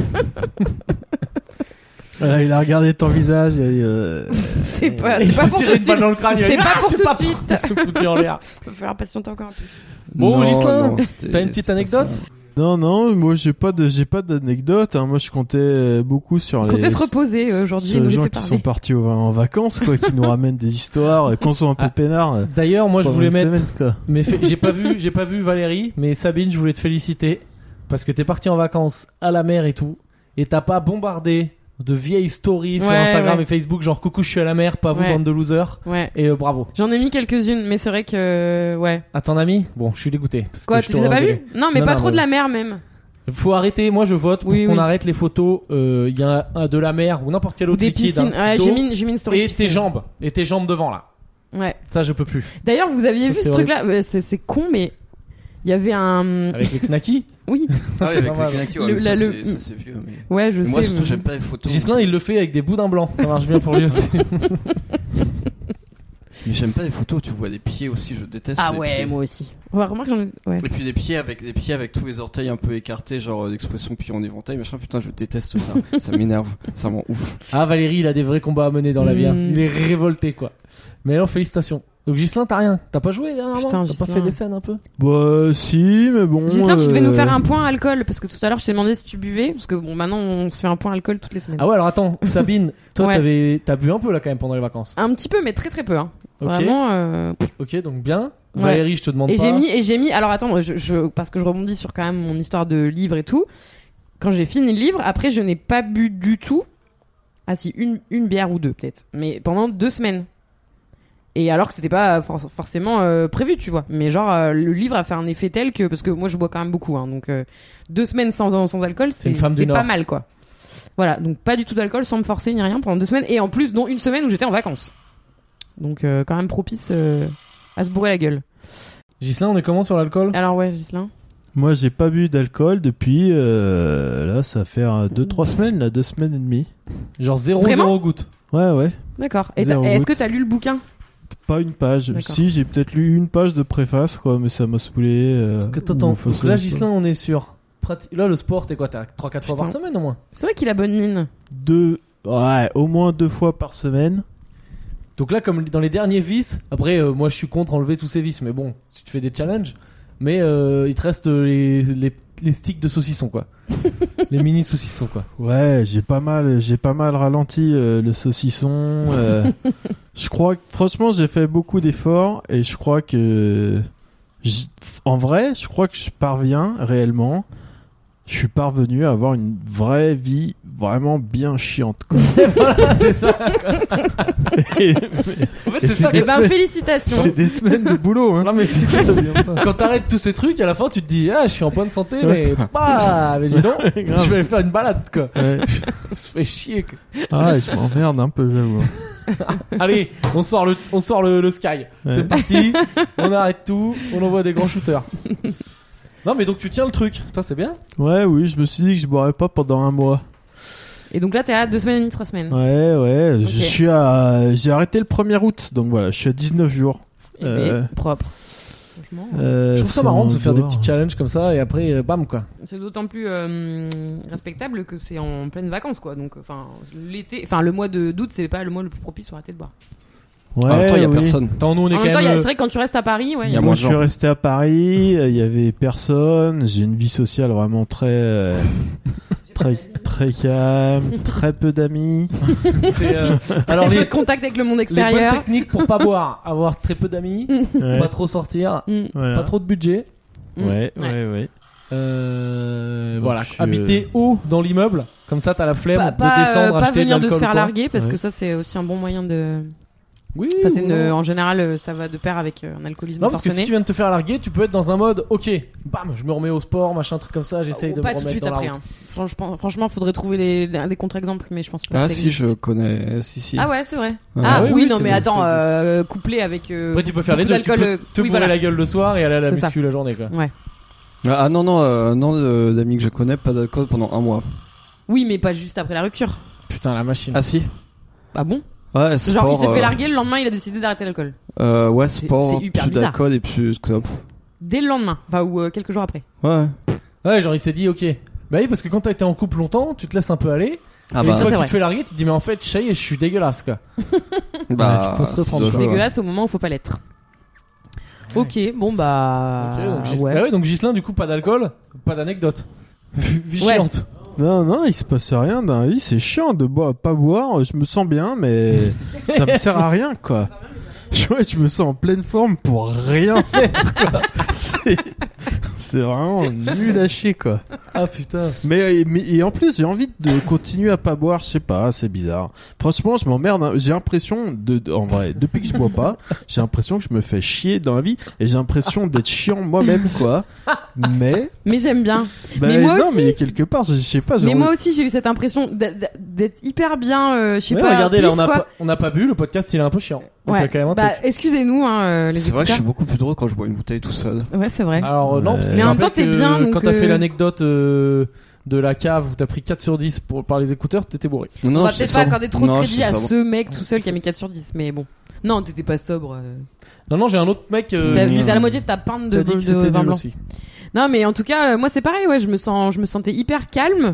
Voilà, il a regardé ton visage et euh, C'est pas, Et il c'est pas s'est pour tiré tout une de balle suite. dans le crâne. il a C'est dit, pas ah, pour je sais tout de pas suite. pourquoi il s'est foutu en l'air. Il va falloir patienter encore un peu. Bon, Non, Ghislain, non, c'était- t'as une petite c'était pas anecdote ça. non non, moi j'ai pas de j'ai pas d'anecdote. Hein. Moi je comptais euh, beaucoup sur On les comptait se reposer euh, aujourd'hui et sur nous les gens laisser qui parler. sont partis au- en vacances quoi, qui nous ramènent des histoires, euh, qu'on soit un peu Ah. peinard. euh, D'ailleurs, moi, je pendant voulais une mettre. semaine, quoi. Mais fait- j'ai pas vu, j'ai pas vu Valérie, mais Sabine, je voulais te féliciter parce que t'es parti en vacances à la mer et tout, et t'as pas bombardé de vieilles stories sur Ouais, Instagram ouais. et Facebook, genre coucou, je suis à la mer, pas vous Ouais. bande de losers, Ouais. et euh, bravo. J'en ai mis quelques-unes, mais c'est vrai que ouais. À ton ami, bon, je suis dégoûté. Parce Quoi, que je tu les as t'aurais pas engueulé. vus Non, mais Non, pas non, trop mais- de la mer même. Faut arrêter. Moi, je vote pour Oui, qu'on oui. arrête les photos. Il y a un, de la mer ou n'importe quel Ou autre des liquide. piscines. hein, Ouais, d'eau, j'ai mis, j'ai mis une story. et de piscine. tes jambes, et tes jambes devant là. Ouais. Ça, je peux plus. D'ailleurs, vous aviez Ça, vu c'est ce truc-là Euh, C'est c'est con, mais il y avait un. Avec les knackis. Oui. Ah oui, C'est avec pas mal. les knackis, ouais, Le- mais ça, la- c'est, le- ça, c'est vieux, mais. Ouais, je Mais sais. moi, surtout, mais- j'aime pas les photos. Gislain, il le fait avec des boudins blancs. Ça marche bien pour lui aussi. Mais j'aime pas les photos, tu vois des pieds aussi, je déteste Ah les ouais, pieds. moi aussi. Ouais, remarque, j'en ai. Ouais. Et puis des pieds avec des pieds avec tous les orteils un peu écartés, genre euh, l'expression pied en éventail, machin. Putain, je déteste ça. Ça m'énerve, ça m'en ouf. Ah, Valérie, il a des vrais combats à mener dans la vie. hein. Mm. Il est révolté, quoi. Mais alors, félicitations. Donc, Gislain, t'as rien. T'as pas joué dernièrement Putain, T'as pas Ghislain. fait des scènes un peu Bah si, mais bon. Gislain, tu devais euh, nous faire un point alcool parce que tout à l'heure, je t'ai demandé si tu buvais parce que bon, maintenant, on se fait un point alcool toutes les semaines. Ah ouais, alors attends, Sabine, toi, Ouais. t'avais, t'as bu un peu là quand même pendant les vacances. Un petit peu, mais très très peu. Hein. Ok. Vraiment. euh, Ok, donc bien. Ouais. Valérie, je te demande Et pas. j'ai mis, et j'ai mis. Alors attends, je, je, parce que je rebondis sur quand même mon histoire de livre et tout. Quand j'ai fini le livre, après, je n'ai pas bu du tout. Ah si, une, une bière ou deux peut-être, mais pendant deux semaines. Et alors que c'était pas for- forcément euh, prévu, tu vois. Mais genre, euh, le livre a fait un effet tel que, parce que moi je bois quand même beaucoup, hein, donc euh, deux semaines sans, sans alcool, c'est, une femme du c'est pas Nord. mal, quoi. Voilà, donc pas du tout d'alcool sans me forcer ni rien pendant deux semaines, et en plus, dont une semaine où j'étais en vacances. Donc euh, quand même propice euh, à se bourrer la gueule. Gislain, on est comment sur l'alcool Alors ouais, Gislain. Moi j'ai pas bu d'alcool depuis euh, là ça fait deux trois semaines là, deux semaines et demie. Genre zéro, Vraiment zéro goutte. Ouais ouais. D'accord. Et, Zéro t'as- et est-ce goutte. que t'as lu le bouquin? Pas une page. D'accord. Si j'ai peut-être lu une page de préface quoi, mais ça m'a saoulé. Euh, Attends, attends. ou faut Donc se- là, Gislain, on est sur. prati- Là, le sport, t'es quoi T'as trois quatre fois par Putain. semaine au moins. C'est vrai qu'il a bonne mine. Deux, ouais, au moins deux fois par semaine. Donc là, comme dans les derniers vices, après, euh, moi je suis contre enlever tous ces vices, mais bon, si tu fais des challenges, mais euh, il te reste les, les, les sticks de saucisson, quoi. Les mini saucissons, quoi. Ouais, j'ai pas mal, j'ai pas mal ralenti euh, le saucisson. Euh, je crois que, franchement, j'ai fait beaucoup d'efforts et je crois que, j'- en vrai, je crois que je parviens réellement. Je suis parvenu à avoir une vraie vie vraiment bien chiante, quoi. Voilà, c'est ça. Et- En fait, Et c'est ça. Eh que- ben, félicitations. c'est des semaines de boulot, hein. Non, mais c'est ça. Quand t'arrêtes tous ces trucs, à la fin, tu te dis, ah, je suis en bonne santé, mais bah, mais dis donc, Grave. je vais aller faire une balade, quoi. Ouais. On se fait chier, quoi. Ah, je m'emmerde un peu, j'avoue. Allez, on sort le, on sort le, le Sky. Ouais. C'est parti. On arrête tout. On envoie des grands shooters. Non, mais donc tu tiens le truc. Toi, c'est bien. Ouais, oui, je me suis dit que je boirais pas pendant un mois. Et donc là, t'es à deux semaines et demie, trois semaines. Ouais, ouais, Ok. je suis à, j'ai arrêté le premier août, donc voilà, je suis à dix-neuf jours. Eh Euh, ben, propre. Franchement, Euh, Je trouve ça sans marrant de se faire des boire. petits challenges comme ça et après, euh, bam, quoi. c'est d'autant plus euh, respectable que c'est en pleine vacances, quoi. Donc, enfin, l'été, enfin, le mois de d'août, c'est pas le mois le plus propice pour arrêter de boire. Ouais, En même temps, il y a oui. personne. Tant nous, on est En quand même temps, il y a- même. c'est vrai que quand tu restes à Paris, ouais, Il il y a y a moins Moi, de je suis gens. resté à Paris, euh, il y avait personne, j'ai une vie sociale vraiment très, euh, très, très calme, très peu d'amis. c'est, euh, Alors, très peu les, de contact avec le monde les bonnes extérieur. techniques pour pas boire, avoir très peu d'amis, Ouais. pas trop sortir, Mm. Voilà. pas trop de budget. Mm. Ouais, Ouais. ouais, ouais. Euh, Donc, voilà. je- Habiter haut dans l'immeuble, comme ça, t'as la flemme Pas, de pas, descendre, euh, pas acheter de venir de se l'alcool, faire quoi. larguer parce Ouais. que ça, c'est aussi un bon moyen de. Oui. Enfin, c'est ou une- non. en général, euh, ça va de pair avec euh, un alcoolisme Non, parce que si forcené. tu viens de te faire larguer, tu peux être dans un mode, ok, bam, je me remets au sport, machin, truc comme ça, j'essaye Ou de pas me tout de remettre suite dans la après. route. Hein. Franchement, franchement, faudrait trouver les, les- des contre-exemples, mais je pense pas. Ah que ça si, je existe. connais. Si, si. Ah ouais, c'est vrai. Ouais. Ah, Ah oui, oui, oui, non, c'est mais vrai, attends, ça existe. euh, couplé avec. euh, Après, tu peux faire les beaucoup deux, tu d'alcool, peux euh, te oui, bourrer voilà. la gueule le soir et aller à la C'est ça. muscu la journée, quoi. Ouais. Ah non, non, euh, non euh, d'amis que je connais, pas d'alcool pendant un mois. Oui, mais pas juste après la rupture. Putain, la machine. Ah si. Ah bon? Ouais, sport. Genre, il s'est fait euh, larguer, le lendemain, il a décidé d'arrêter l'alcool. Euh, ouais, C'est- sport, c'est hyper plus bizarre. d'alcool et plus top. Dès le lendemain. Enfin, ou euh, quelques jours après. Ouais. Ouais, genre, il s'est dit, ok. Bah oui, parce que quand t'as été en couple longtemps, tu te laisses un peu aller. Ah et bah, une fois c'est que tu vrai. te fais larguer, tu te dis, mais en fait, ça y est, je suis dégueulasse, quoi. bah, faut se c'est reprendre, dommage, C'est ouais. dégueulasse au moment où faut pas l'être. Ok, bon bah. Ok, donc, Gis- ouais. bah ouais, donc Ghislain, du coup, pas d'alcool, pas d'anecdote. Vie Ouais. chiante. Non, non, il se passe rien dans la vie, c'est chiant de boire, pas boire, je me sens bien, mais ça me sert à rien, quoi. Je, ouais, je me sens en pleine forme pour rien faire, quoi. C'est, c'est vraiment nul à chier, quoi. Ah putain. Mais, mais et en plus, j'ai envie de continuer à pas boire, je sais pas, c'est bizarre. Franchement, je m'emmerde, hein. J'ai l'impression de, de- en vrai, depuis que je bois pas, j'ai l'impression que je me fais chier dans la vie et j'ai l'impression d'être chiant moi-même, quoi. Mais, Mais j'aime bien. bah, Mais moi non, aussi. mais quelque part, je sais pas, j'ai Mais moi envie- aussi, j'ai eu cette impression d'être d'être hyper bien, euh, je sais Ouais, pas. regardez, là, on pisse, a, quoi. pas, on a pas bu, le podcast, il est un peu chiant. Donc, il y a Ouais. quand même un Bah, truc. excusez-nous, hein, euh, les C'est vrai que je suis écouteurs. beaucoup plus drôle quand je bois une bouteille tout seul. Ouais, c'est vrai. Alors, euh, non, parce que Mais je en me même temps, rappelle t'es que bien, donc, Quand t'as fait euh, l'anecdote euh, de la cave où t'as pris quatre sur dix pour, par les écouteurs, t'étais bourré. Non, On non, va j'étais peut-être pas sobre. accorder trop de Non, crédit j'étais à sobre. ce mec tout seul qui a mis quatre sur dix, mais bon. Non, t'étais pas sobre. euh. Non, non, j'ai un autre mec. Euh, T'as qui- mis à la moitié de ta pinte qui de, a dit que de c'était vin nul blanc. aussi. Non, mais en tout cas, euh, moi c'est pareil, ouais, je me sens, je me sentais hyper calme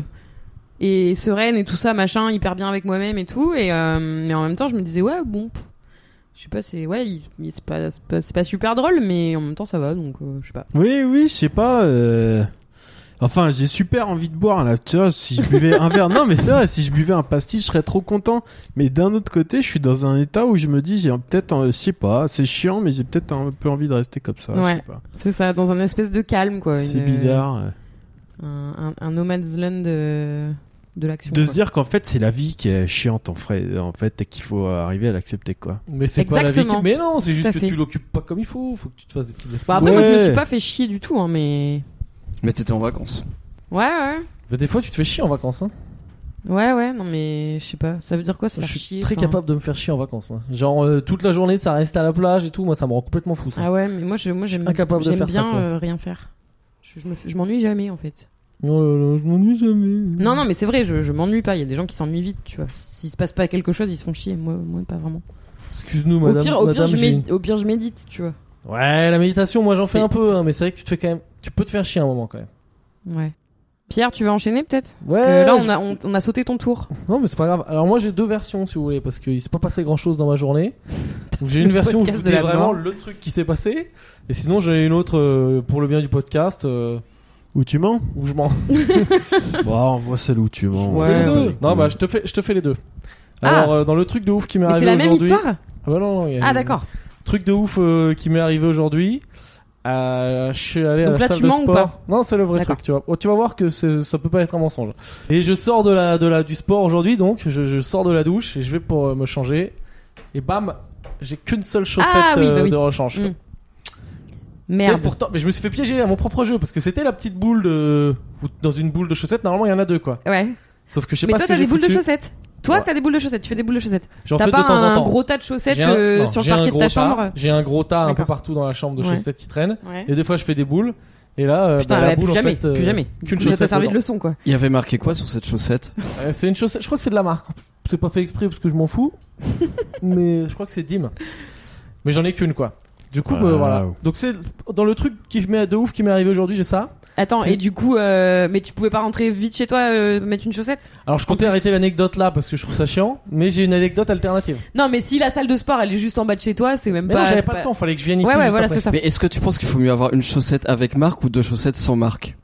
et sereine et tout ça, machin, hyper bien avec moi-même et tout, et euh, mais en même temps, je me disais ouais, bon, pff, je sais pas, c'est ouais, il, il- c'est pas, c'est pas, c'est pas super drôle, mais en même temps ça va, donc euh, je sais pas. Oui, oui, je sais pas. euh, Enfin, j'ai super envie de boire là. Tu vois, si je buvais un verre, non, mais c'est vrai, si je buvais un pastis, je serais trop content. Mais d'un autre côté, je suis dans un état où je me dis, j'ai peut-être, euh, je sais pas, c'est chiant, mais j'ai peut-être un peu envie de rester comme ça. Je Ouais. sais pas. C'est ça, dans un espèce de calme quoi. C'est une- bizarre. euh, Un, un, un no man's land de, de l'action. De quoi. se dire qu'en fait, c'est la vie qui est chiante en fait, en fait, et qu'il faut arriver à l'accepter, quoi. Mais c'est pas la vie Exactement. qui... Mais non, c'est Tout juste à que fait. tu l'occupes pas comme il faut. Faut que tu te fasses des petites activités. Bah après, moi je me Ouais. suis pas fait chier du tout, hein, mais Mais t'étais en vacances. ouais, ouais. Mais des fois, tu te fais chier en vacances. Hein. Ouais, ouais, non mais je sais pas, ça veut dire quoi se Je faire suis chier très enfin. capable de me faire chier en vacances. Moi. Genre, euh, toute la journée, ça reste à la plage et tout. Moi, ça me rend complètement fou, ça. Ah ouais, mais moi je moi j'aime incapable de j'aime faire ça, bien quoi. euh, rien faire. Je, je me fais- je m'ennuie jamais en fait. Oh là là, je m'ennuie jamais. Non non, mais c'est vrai, je je m'ennuie pas, il y a des gens qui s'ennuient vite, tu vois. S'il se passe pas quelque chose, ils se font chier. Moi moi pas vraiment. Excuse-nous, Au madame. pire au pire madame, je j'ai- méd- au pire je médite, tu vois. Ouais, la méditation, moi, j'en fais C'est- un peu. Hein, mais c'est vrai que tu te fais quand même. Tu peux te faire chier un moment quand même. Ouais. Pierre, tu veux enchaîner peut-être? Parce Ouais, que là, je- on a, on, on a sauté ton tour. Non, mais c'est pas grave. Alors moi, j'ai deux versions, si vous voulez, parce qu'il s'est pas passé grand-chose dans ma journée. Donc, j'ai une le version où je podcast vous de dis la vraiment mort. le truc qui s'est passé, et sinon j'ai une autre euh, pour le bien du podcast euh, Où tu mens? où je mens. Bon, on voit celle où tu mens. Ouais, Fais les ouais. deux. Non, bah je te fais, je te fais les deux. Ah. Alors euh, dans le truc de ouf qui m'est Mais c'est arrivé la même aujourd'hui. histoire? Ah bah non, non, il y a Ah, une- d'accord. Truc de ouf euh, qui m'est arrivé aujourd'hui. Euh, je suis allé Donc à la là, salle tu de mens ou sport. pas Non, c'est le vrai D'accord. truc. Tu vois, oh, tu vas voir que c'est- ça peut pas être un mensonge. Et je sors de la, de la, du sport aujourd'hui, donc je, je sors de la douche et je vais pour euh, me changer. Et bam, j'ai qu'une seule chaussette Ah, oui, bah euh, oui. de rechange. Mm. Et Merde. pourtant, mais je me suis fait piéger à mon propre jeu parce que c'était la petite boule de, ou dans une boule de chaussettes. Normalement, il y en a deux, quoi. Ouais. Sauf que je sais Mais pas toi, ce que t'as j'ai des boules de foutu. chaussettes. Toi, Ouais. t'as des boules de chaussettes. Tu fais des boules de chaussettes. J'en T'as fais pas de temps en un temps. gros tas de chaussettes J'ai un- euh, non, sur le j'ai un parquet de gros ta tas. chambre? J'ai un gros tas un peu D'accord. partout dans la chambre de Ouais. chaussettes qui traînent. Ouais. Et des fois, je fais des boules. Et là, euh, Putain, bah, la ouais, boule, plus en jamais. fait, euh, Plus jamais. qu'une Ça t'a chaussette servi de dedans. leçon, quoi. Il y avait marqué quoi sur cette chaussette? Euh, c'est une chaussette, je crois que c'est de la marque. C'est pas fait exprès parce que je m'en fous. Mais je crois que c'est Dim. Mais j'en ai qu'une, quoi. Du coup, Wow. euh, voilà. Donc c'est dans le truc qui m'est de ouf qui m'est arrivé aujourd'hui, j'ai ça. Attends, et du coup, euh, mais tu pouvais pas rentrer vite chez toi, euh, mettre une chaussette? Alors je comptais plus- arrêter l'anecdote là parce que je trouve ça chiant, mais j'ai une anecdote alternative. Non, mais si la salle de sport, elle est juste en bas de chez toi, c'est même Mais pas. non, j'avais c'est pas le temps, fallait que je vienne ici. Ouais, ouais, juste voilà, après. c'est ça. Mais est-ce que tu penses qu'il faut mieux avoir une chaussette avec marque ou deux chaussettes sans marque?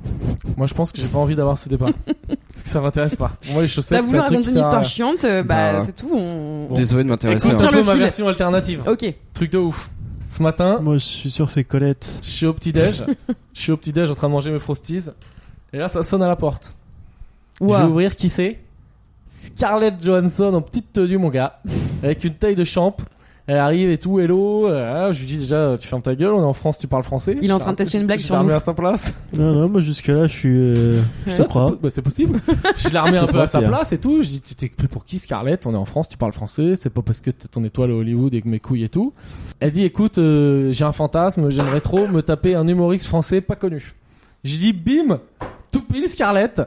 Moi je pense que j'ai pas envie d'avoir ce débat. Parce que ça m'intéresse pas. Moi les chaussettes, T'as c'est voulu un truc raconter qui une sert à histoire rien. chiante, euh, bah, Bah, c'est tout. On... Désolé de m'intéresser. Écoute hein. un sur le peu ma fil. version alternative. Ok. Truc de ouf. Ce matin, Moi, je suis sûr c'est Colette. je suis au petit-déj. Je suis au petit-déj en train de manger mes Frosties. Et là, ça sonne à la porte. Je vais Ouah. ouvrir, qui c'est? Scarlett Johansson en petite tenue, mon gars. Avec une taille de champ. Elle arrive et tout, hello. Euh, je lui dis déjà, tu fermes ta gueule, on est en France, tu parles français. Il est en train de tester une blague Je sur l'ai remis nous. à sa place. Non, non, moi jusque là, je suis. euh, Je te Ouais. crois. Bah, c'est possible. Je l'ai remis un te peu crois, à sa Pierre. place et tout. Je dis, tu t'es pris pour qui, Scarlett? On est en France, tu parles français. C'est pas parce que t'es ton étoile à Hollywood et que mes couilles et tout. Elle dit, écoute, euh, j'ai un fantasme, j'aimerais trop me taper un humoriste français pas connu. J'ai dit, bim, tout pile, Scarlett.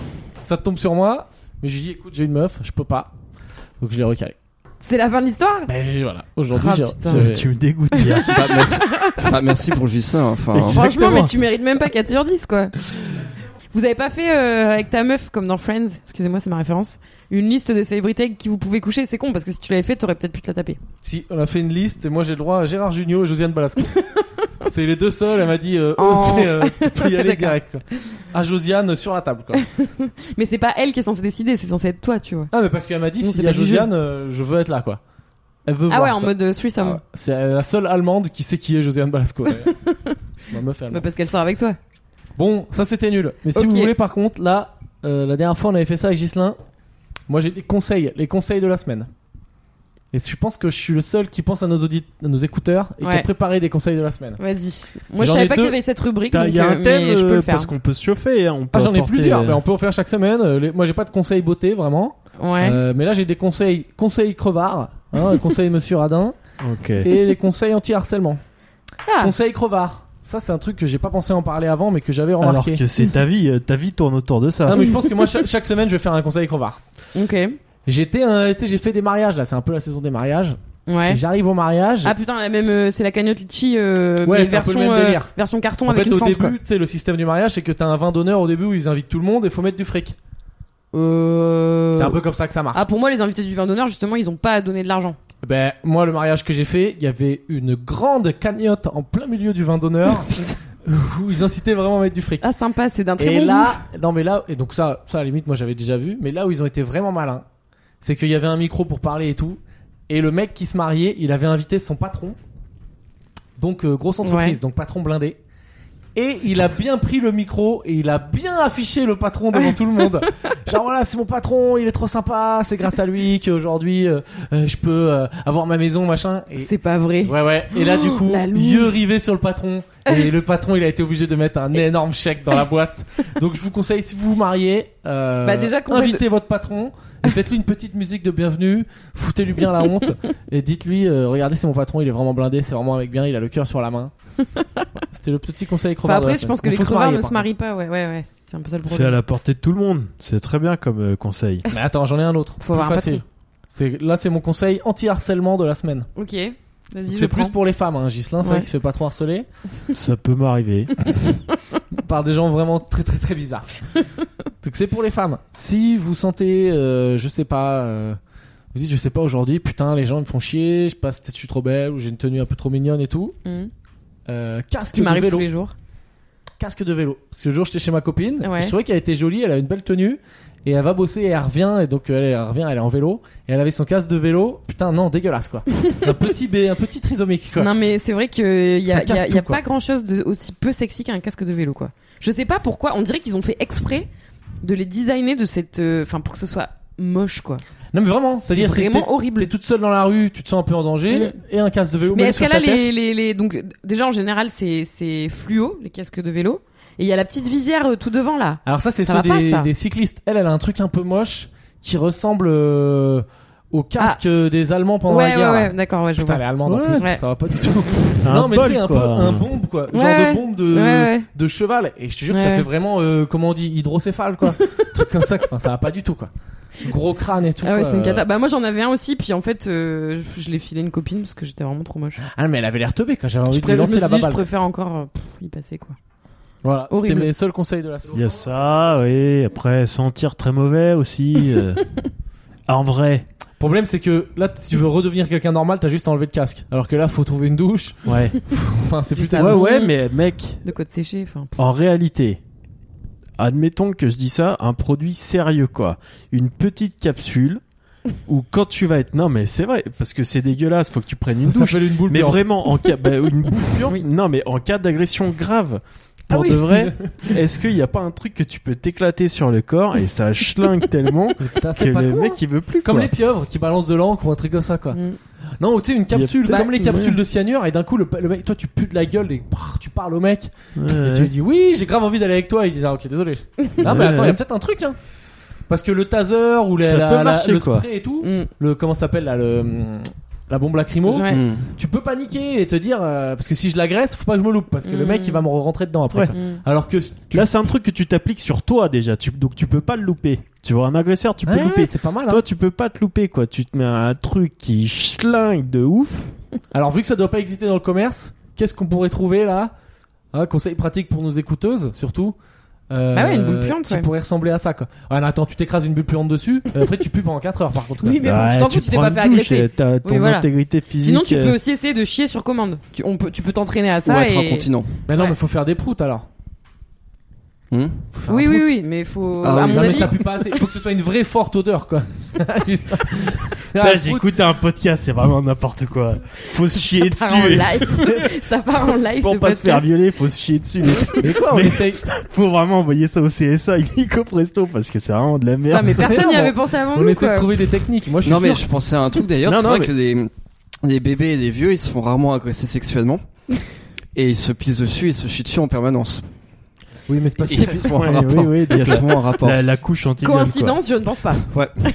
Ça tombe sur moi. Mais je lui dis, écoute, j'ai une meuf, je peux pas. Donc je l'ai recalé. C'est la fin de l'histoire? Et voilà. Aujourd'hui, Ah, j'ai, putain. j'ai- Tu me dégoûtes, Pierre. Bah, merci. Bah, merci pour le Jussin. Enfin, Franchement, Exactement. mais tu mérites même pas quatre sur dix, quoi. Vous avez pas fait euh, avec ta meuf, comme dans Friends, excusez-moi, c'est ma référence, une liste de célébrités avec qui vous pouvez coucher? C'est con, parce que si tu l'avais fait, t'aurais peut-être pu te la taper. Si, on a fait une liste et moi j'ai le droit à Gérard Jugnot et Josiane Balasco. C'est les deux seuls, elle m'a dit, euh, En- oh, c'est, euh, tu peux y aller D'accord. direct. Quoi. À Josiane sur la table. Quoi. Mais c'est pas elle qui est censée décider, c'est censé être toi, tu vois. Ah, mais parce qu'elle m'a dit, Sinon, s'il c'est y a pas du Josiane, euh, je veux être là. Quoi. Elle veut Ah voir. ouais, en quoi. mode euh, threesome. Ah ouais. C'est la seule allemande qui sait qui est Josiane Balasco. d'ailleurs. Ma meuf est Bah, allemande. parce qu'elle sort avec toi. Bon, ça c'était nul. Mais si Ok. vous voulez, par contre, là, euh, la dernière fois on avait fait ça avec Ghislain. Moi j'ai des conseils, les conseils de la semaine. Et je pense que je suis le seul qui pense à nos auditeurs, à nos écouteurs et qui Ouais. a préparé des conseils de la semaine. Vas-y. Moi, je J'en savais ai pas deux. qu'il y avait cette rubrique, T'as- donc, Il y a euh, un thème mais je peux euh, le faire. parce qu'on peut se chauffer. Hein, on peut Ah, j'en ai apporter, plusieurs, euh, mais on peut en faire chaque semaine. Euh, les- Moi j'ai pas de conseils beauté vraiment. Ouais. Euh, mais là j'ai des conseils, conseils crevards, hein, le conseil Monsieur Radin Ok. et les conseils anti-harcèlement. Ah. Conseil crevard. Ça c'est un truc que j'ai pas pensé en parler avant, mais que j'avais Alors remarqué. que c'est ta vie, euh, ta vie tourne autour de ça. Non mais je pense que moi chaque, chaque semaine je vais faire un conseil crevard. Ok. J'étais, un été, j'ai fait des mariages là, c'est un peu la saison des mariages. Ouais. Et j'arrive au mariage. Ah putain, la même, euh, c'est la cagnotte litchi, euh, Ouais, mais c'est un peu version, le même euh, délire. version carton En avec fait, une au fente, début, quoi. tu sais, le système du mariage, c'est que t'as un vin d'honneur au début où ils invitent tout le monde et faut mettre du fric. Euh... C'est un peu comme ça que ça marche. Ah, pour moi, les invités du vin d'honneur, justement, ils ont pas à donner de l'argent. Ben, moi, le mariage que j'ai fait, il y avait une grande cagnotte en plein milieu du vin d'honneur où ils incitaient vraiment à mettre du fric. Ah, sympa, c'est d'un très et bon là, non mais là, et donc ça, ça à la limite, moi j'avais déjà vu, mais là où ils ont été vraiment malins, c'est qu'il y avait un micro pour parler et tout, et le mec qui se mariait, il avait invité son patron, donc euh, grosse entreprise, Ouais. donc patron blindé, et il a bien pris le micro et il a bien affiché le patron devant tout le monde. Genre voilà, c'est mon patron, il est trop sympa, c'est grâce à lui qu'aujourd'hui euh, euh, je peux euh, avoir ma maison, machin. Et... C'est pas vrai. Ouais ouais. Et là du Oh, coup, la loose. yeux rivés sur le patron. Et le patron, il a été obligé de mettre un énorme chèque dans la boîte. Donc je vous conseille, si vous vous mariez, euh, Bah, déjà, conseil invitez votre patron. Et faites-lui une petite musique de bienvenue, foutez-lui bien la honte et dites-lui euh, regardez, c'est mon patron, il est vraiment blindé, c'est vraiment un mec bien, il a le cœur sur la main. C'était le petit conseil Enfin, crevard. de la après, je semaine. pense que Bon, les faut se crevards marier, ne par se marient pas, ouais, ouais, ouais. C'est un peu ça le C'est à problème. la portée de tout le monde. C'est très bien comme euh, conseil. contre. Mais attends, j'en ai un autre. Faut plus avoir un facile. patron. C'est là, c'est mon conseil anti-harcèlement de la semaine. Ok. Vas-y, Donc, je c'est plus prends. pour les femmes, hein. Ghislain, c'est Ouais. vrai qu'il se fait pas trop harceler. Ça peut m'arriver. par des gens vraiment très très très bizarres. Donc c'est pour les femmes. Si vous sentez, euh, je sais pas, euh, vous dites je sais pas aujourd'hui, putain les gens ils me font chier, je passe peut-être je suis trop belle ou j'ai une tenue un peu trop mignonne et tout. Mmh. Euh, Ce casque qui de m'arrive vélo. tous les jours. Casque de vélo. Parce que le jour j'étais chez ma copine, Ouais. et je trouvais qu'elle était jolie, elle a une belle tenue. Et elle va bosser et elle revient et donc elle, elle revient, elle est en vélo et elle avait son casque de vélo. Putain non dégueulasse quoi. un petit b, un petit trisomique quoi. Non mais c'est vrai que il y Ça a, y casse a, y a tout, quoi. pas grand chose de aussi peu sexy qu'un casque de vélo quoi. Je sais pas pourquoi, on dirait qu'ils ont fait exprès de les designer de cette, enfin pour que ce soit moche quoi. Non mais vraiment, C'est c'est-à-dire c'est que vraiment t'es- horrible. T'es toute seule dans la rue, tu te sens un peu en danger Mm. et un casque de vélo. Mais même est-ce sur qu'elle a ta tête. les, les, les donc déjà en général c'est c'est fluo les casques de vélo et il y a la petite visière euh, tout devant là. Alors ça c'est Ça ceux va pas, des, ça. des cyclistes. Elle elle a un truc un peu moche qui ressemble euh, au casque euh, des Allemands pendant ouais la guerre. ouais là. ouais d'accord ouais je Putain, vois. elle est allemande en Ouais. plus, Ouais. ça va pas du tout. Un non mais tu bol, sais un peu quoi. un bombe quoi, genre Ouais. de bombe de Ouais, ouais. de cheval et je te jure que ça Ouais. fait vraiment euh, comment on dit hydrocéphale quoi. Un truc comme ça, enfin ça va pas du tout quoi. Gros crâne et tout. Ah ouais quoi. c'est une cata. Bah moi j'en avais un aussi puis en fait euh, je, je l'ai filé à une copine parce que j'étais vraiment trop moche. Ah mais elle avait l'air teubée quand j'avais envie Je, de lui pré- je me lancer suis la dit je baballe. préfère encore euh, pff, y passer quoi. Voilà, c'était Horrible. mes seuls conseils de la semaine. Il y a ça, oui. Après, sentir très mauvais aussi. euh. En vrai, Le problème c'est que là si tu veux redevenir quelqu'un normal, t'as juste à enlever le casque. Alors que là faut trouver une douche. ouais. Enfin c'est plus Juste ça. Ah Ouais, bon ouais, mais mec, De côte séchée enfin. en réalité, admettons que je dis ça, un produit sérieux, quoi. Une petite capsule où quand tu vas être... Non, mais c'est vrai, parce que c'est dégueulasse, faut que tu prennes une Ça douche. s'appelle une boule Mais puante. vraiment, en cas... bah, une bouffe puante, Oui. non, mais en cas d'agression grave, pour Ah oui. de vrai, est-ce qu'il n'y a pas un truc que tu peux t'éclater sur le corps et ça schlingue tellement Putain, que c'est pas le con, mec hein. il veut plus, Comme quoi. les pieuvres qui balancent de l'encre ou un truc comme ça quoi. Mm. Non, tu sais une capsule, peut-être- comme les capsules ouais. de cyanure et d'un coup le, le mec, toi tu pues de la gueule et prrr, tu parles au mec Ouais, et tu lui dis oui j'ai grave envie d'aller avec toi. Il dit ah ok désolé. Non mais Ouais, attends il y a ouais. peut-être un truc hein. Parce que le taser ou la, Ça la- peut la- marcher, le quoi. spray et tout, Mm. le comment ça s'appelle là le la bombe lacrymo, Ouais. Mm. tu peux paniquer et te dire euh, parce que si je l'agresse faut pas que je me loupe parce que le Mm. mec il va me rentrer dedans après. Ouais. quoi. Mm. Alors que tu... Là, c'est un truc que tu t'appliques sur toi déjà, tu... donc tu peux pas le louper. Tu vois un agresseur, tu peux Ouais, louper. ouais, c'est pas mal. Hein. Toi, tu peux pas te louper, quoi. Tu te mets un truc qui schlingue de ouf. Alors vu que ça doit pas exister dans le commerce, qu'est-ce qu'on pourrait trouver là? Un conseil pratique pour nos écouteuses surtout. Euh, Bah ouais, une boule puante, qui ouais. pourrait ressembler à ça quoi. Ouais, non, attends, tu t'écrases une bulle puante dessus, euh, après tu pues pendant quatre heures par contre. quoi. Oui, mais bon, Ouais, tu t'en fous, tu t'es prends pas une fait douche, agresser. euh, T'as ton Oui, voilà. intégrité physique. Sinon, tu euh, peux aussi essayer de chier sur commande. Tu, on peut, tu peux t'entraîner à Ou ça. être et... incontinent. Mais non, Ouais. mais faut faire des proutes alors. Hmm Faut faire Oui, un oui, prout. oui, mais faut. Ah à oui. mon Non mais avis. ça pue pas assez. Il faut que ce soit une vraie forte odeur quoi. Juste- Putain, Ah, j'ai prout. écouté un podcast, c'est vraiment n'importe quoi. Faut se chier Ça part en dessus. live. Ça part en live. Pour ce pas se faire podcast. violer, faut se chier dessus. Mais quoi, on Mais- essaye. Faut vraiment envoyer ça au C S A illico presto parce que c'est vraiment de la merde. Non, mais c'est personne n'y énorme. avait pensé avant On nous, essaie de quoi. trouver des techniques. Moi je suis Non, mais sûr. je pensais à un truc d'ailleurs. Non, C'est non, vrai mais- que des, des bébés et des vieux, ils se font rarement agresser sexuellement. Et ils se pissent dessus, ils se chient dessus en permanence. Oui, mais c'est pas Il y a si. souvent un Ouais, rapport. oui, oui, Il y a donc souvent un rapport. la, la couche anti Coïncidence, je ne pense pas.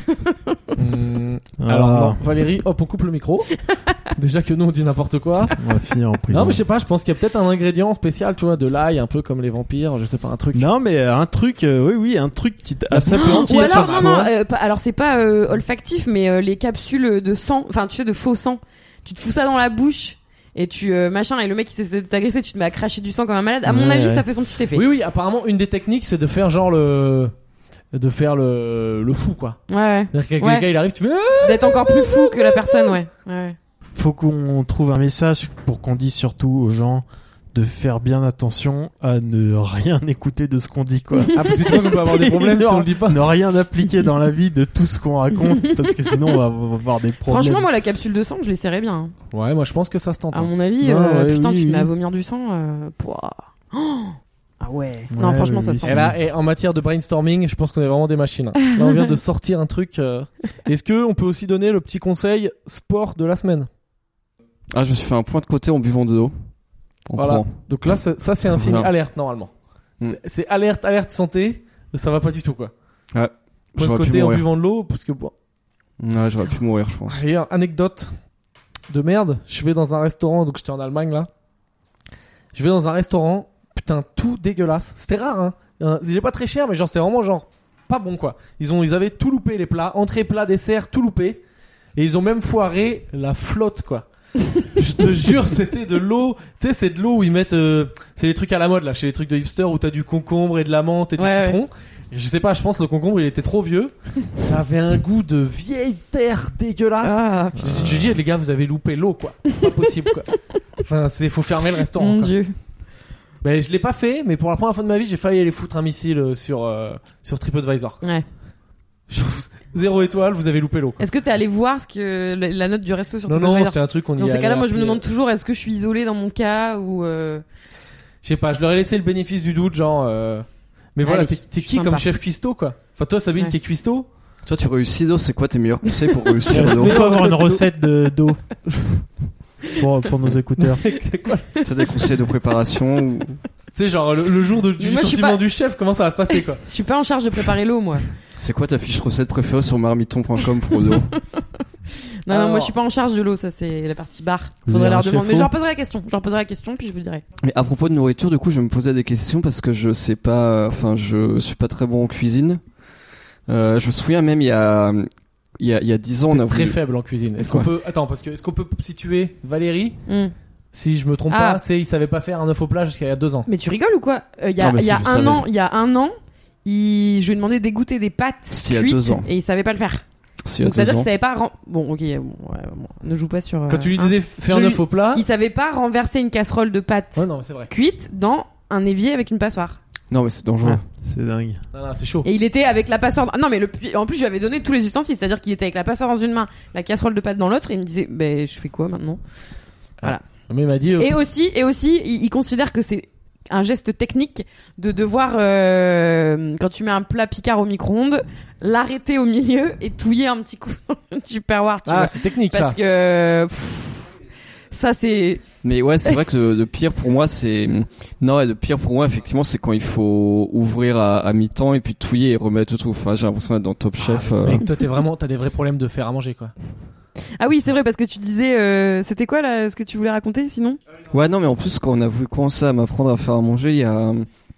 Hum, Ah. Alors non, Valérie, hop, on coupe le micro. Déjà que nous on dit n'importe quoi. On va finir en prison. Non mais je sais pas, je pense qu'il y a peut-être un ingrédient spécial, tu vois, de l'ail, un peu comme les vampires, je sais pas, un truc. Non, mais euh, un truc, euh, oui, oui, un truc qui t- ah, ça peut Ou entier alors, sur non, soi. non, euh, pas- alors c'est pas euh, olfactif, mais euh, les capsules de sang, enfin tu sais, de faux sang. Tu te fous ça dans la bouche et tu euh, machin, et le mec qui essaie de t'agresser, tu te mets à cracher du sang comme un malade. À mon Ouais, avis, ouais. ça fait son petit effet. Oui oui, apparemment une des techniques c'est de faire genre le de faire le le fou quoi. Ouais, ouais. C'est-à-dire que Ouais. le gars il arrive, tu fais ah D'être encore plus fou que la personne, ouais. Ouais. Faut qu'on trouve un message pour qu'on dise surtout aux gens de faire bien attention à ne rien écouter de ce qu'on dit, quoi. ah parce que tu vois qu'on peut avoir des problèmes si on le dit pas. Ne rien appliquer dans la vie de tout ce qu'on raconte parce que sinon on va avoir des problèmes. Franchement, moi, la capsule de sang, je l'essaierais bien. hein. Ouais, moi je pense que ça se tente. À hein. mon avis, Non, euh, ouais, putain, oui, tu te oui. mets à vomir du sang. Euh, pouah. Oh ah ouais. Non, Ouais, franchement, oui, ça oui, se Et tente. là, et en matière de brainstorming, je pense qu'on est vraiment des machines. Là, on vient de sortir un truc. euh. Est-ce que on peut aussi donner le petit conseil sport de la semaine? Ah, je me suis fait un point de côté en buvant de l'eau. En Voilà. courant. Donc là, ça, ça, c'est un signe Voilà. alerte normalement. Mm. C'est- C'est alerte, alerte santé. Ça va pas du tout quoi. Ouais. Point de J'aurais pu côté en mourir. buvant de l'eau, parce que bon. Ouais, j'aurais pu mourir, je pense. D'ailleurs, anecdote de merde. Je vais dans un restaurant, donc j'étais en Allemagne là. Je vais dans un restaurant, putain, tout dégueulasse. C'était rare, hein. Euh, Il est pas très cher, mais genre, c'est vraiment genre pas bon quoi. Ils ont, ils avaient tout loupé les plats, entrée, plat, dessert, tout loupé. Et ils ont même foiré la flotte quoi. Je te jure, c'était de l'eau. Tu sais, c'est de l'eau où ils mettent. Euh, c'est les trucs à la mode là, chez les trucs de hipster où t'as du concombre et de la menthe et du Ouais, citron. Et je sais pas, je pense le concombre il était trop vieux. Ça avait un goût de vieille terre dégueulasse. Ah, Je, je dis les gars, vous avez loupé l'eau quoi. C'est pas possible quoi. Enfin, c'est faut fermer le restaurant. mon quoi. dieu. Ben je l'ai pas fait, mais pour la première fois de ma vie, j'ai failli aller foutre un missile euh, sur euh, sur TripAdvisor. Quoi. Ouais. Je- Zéro étoile, vous avez loupé l'eau. Quoi. Est-ce que t'es allé voir ce que la la note du resto sur Non non, TripAdvisor? c'est un truc qu'on y Dans ces allait cas-là, moi je me après, demande euh, toujours est-ce que je suis isolée dans mon cas ou. Euh... Je sais pas, je leur ai laissé le bénéfice du doute, genre. Euh... Mais voilà, Allez, t'es, t'es qui sympa. comme chef cuistot quoi? Enfin toi Sabine Ouais. qui est cuistot. Toi, tu réussis, Do, c'est quoi tes meilleurs conseils pour réussir, Est-ce Do qu'on peut avoir une recette recette de d'eau pour, pour nos écouteurs? C'est quoi? T'as des conseils de préparation ou... Tu sais genre le, le jour de, du Mais moi, je suis licenciement pas- du chef, comment ça va se passer quoi? Je suis pas en charge de préparer l'eau, moi. C'est quoi ta fiche recette préférée sur marmiton point com pour Do? Non, Alors- non, moi je suis pas en charge de l'eau, ça c'est la partie bar. Vous Faudrait avez leur un demander. chef Mais je eau leur poserai la question. Je leur poserai la question, puis je vous le dirai. Mais à propos de nourriture, du coup, je me posais des questions parce que je sais pas, enfin, je suis pas très bon en cuisine. Euh, je me souviens même il y a, il y a, il y a dix ans, on a T'es très voulu. faible en cuisine. Est-ce qu'on Ouais. peut attends parce que est-ce qu'on peut situer Valérie? Hmm. Si je me trompe Ah. pas, c'est il savait pas faire un œuf au plat jusqu'à il y a deux ans. Mais tu rigoles ou quoi? Euh, Il y a, Non, mais il y a si, je un savais. an, il y a un an, il... je lui ai demandé d'égoutter des pâtes C'était il y a cuites deux ans. et il savait pas le faire. C'est il y a Donc ça veut deux dire ans. qu'il savait pas. ren- Bon, ok, bon, ouais, bon, ne joue pas sur. euh, Quand tu lui hein. disais fais un Je œuf lui- au plat. Il savait pas renverser une casserole de pâtes Ouais non, c'est vrai. cuites dans un évier avec une passoire. Non, mais c'est dangereux. Ouais, c'est dingue. Non non, c'est chaud. Et il était avec la passoire. Non, mais le... en plus, je lui avais donné tous les ustensiles. C'est-à-dire qu'il était avec la passoire dans une main, la casserole de pâtes dans l'autre, et il me disait, ben, je fais quoi maintenant? Mais il m'a dit euh, Et aussi, et aussi, il, il considère que c'est un geste technique de devoir, euh, quand tu mets un plat Picard au micro-ondes, l'arrêter au milieu et touiller un petit coup du perroir, tu ah, vois. c'est technique Parce ça. que pff, ça, c'est. Mais ouais, c'est vrai que le, le pire pour moi, c'est non, ouais, le pire pour moi, effectivement, c'est quand il faut ouvrir à, à mi-temps et puis touiller et remettre tout. Enfin, j'ai l'impression d'être dans Top Chef. euh. Mec, toi t'es vraiment t'as des vrais problèmes de faire à manger quoi. Ah oui, c'est vrai, parce que tu disais, euh, c'était quoi là, ce que tu voulais raconter sinon? Ouais, non, mais en plus, quand on a voulu commencer à m'apprendre à faire à manger, il y a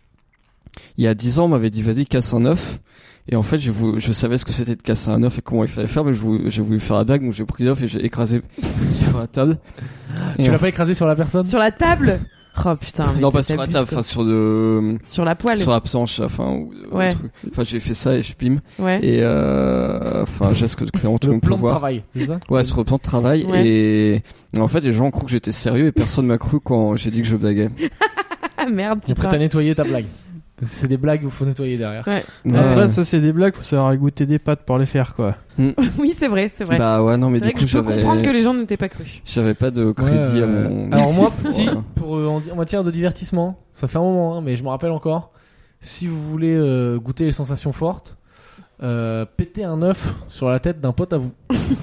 il y a dix ans, on m'avait dit vas-y, casse un œuf. Et en fait, je, voulu, je savais ce que c'était de casser un œuf et comment il fallait faire, mais je voulu, j'ai voulu faire la blague, donc j'ai pris l'œuf et j'ai écrasé sur la table. Et Tu en l'as pas écrasé sur la personne? Sur la table? Oh putain. mais Non, t'es- pas sur la t'abuses, table, quoi. enfin sur le Sur la poêle. sur la planche, enfin ou, ou Ouais. le truc. Enfin, j'ai fait ça et je pime. Ouais. Et euh, enfin, un geste que clairement tout le Le monde peut plan de voir. travail, c'est ça? Ouais, sur le plan de travail. Ouais. Et... et en fait, les gens ont cru que j'étais sérieux et personne m'a cru quand j'ai dit que je blaguais. Ah merde, T'es prêt putain. à nettoyer ta blague. Parce que c'est des blagues où faut nettoyer derrière. Ouais. Après, Ouais. ça, c'est des blagues, faut savoir goûter des pâtes pour les faire, quoi. Oui, c'est vrai, c'est vrai. Bah ouais, non, mais c'est du vrai coup, que je peux j'avais comprendre que les gens ne t'aient pas cru. j'avais pas de crédit Ouais, à euh, mon. Alors moi, petit, Voilà. pour euh, en, en matière de divertissement, ça fait un moment, hein, mais je me rappelle encore. Si vous voulez euh, goûter les sensations fortes, euh, pétez un œuf sur la tête d'un pote à vous.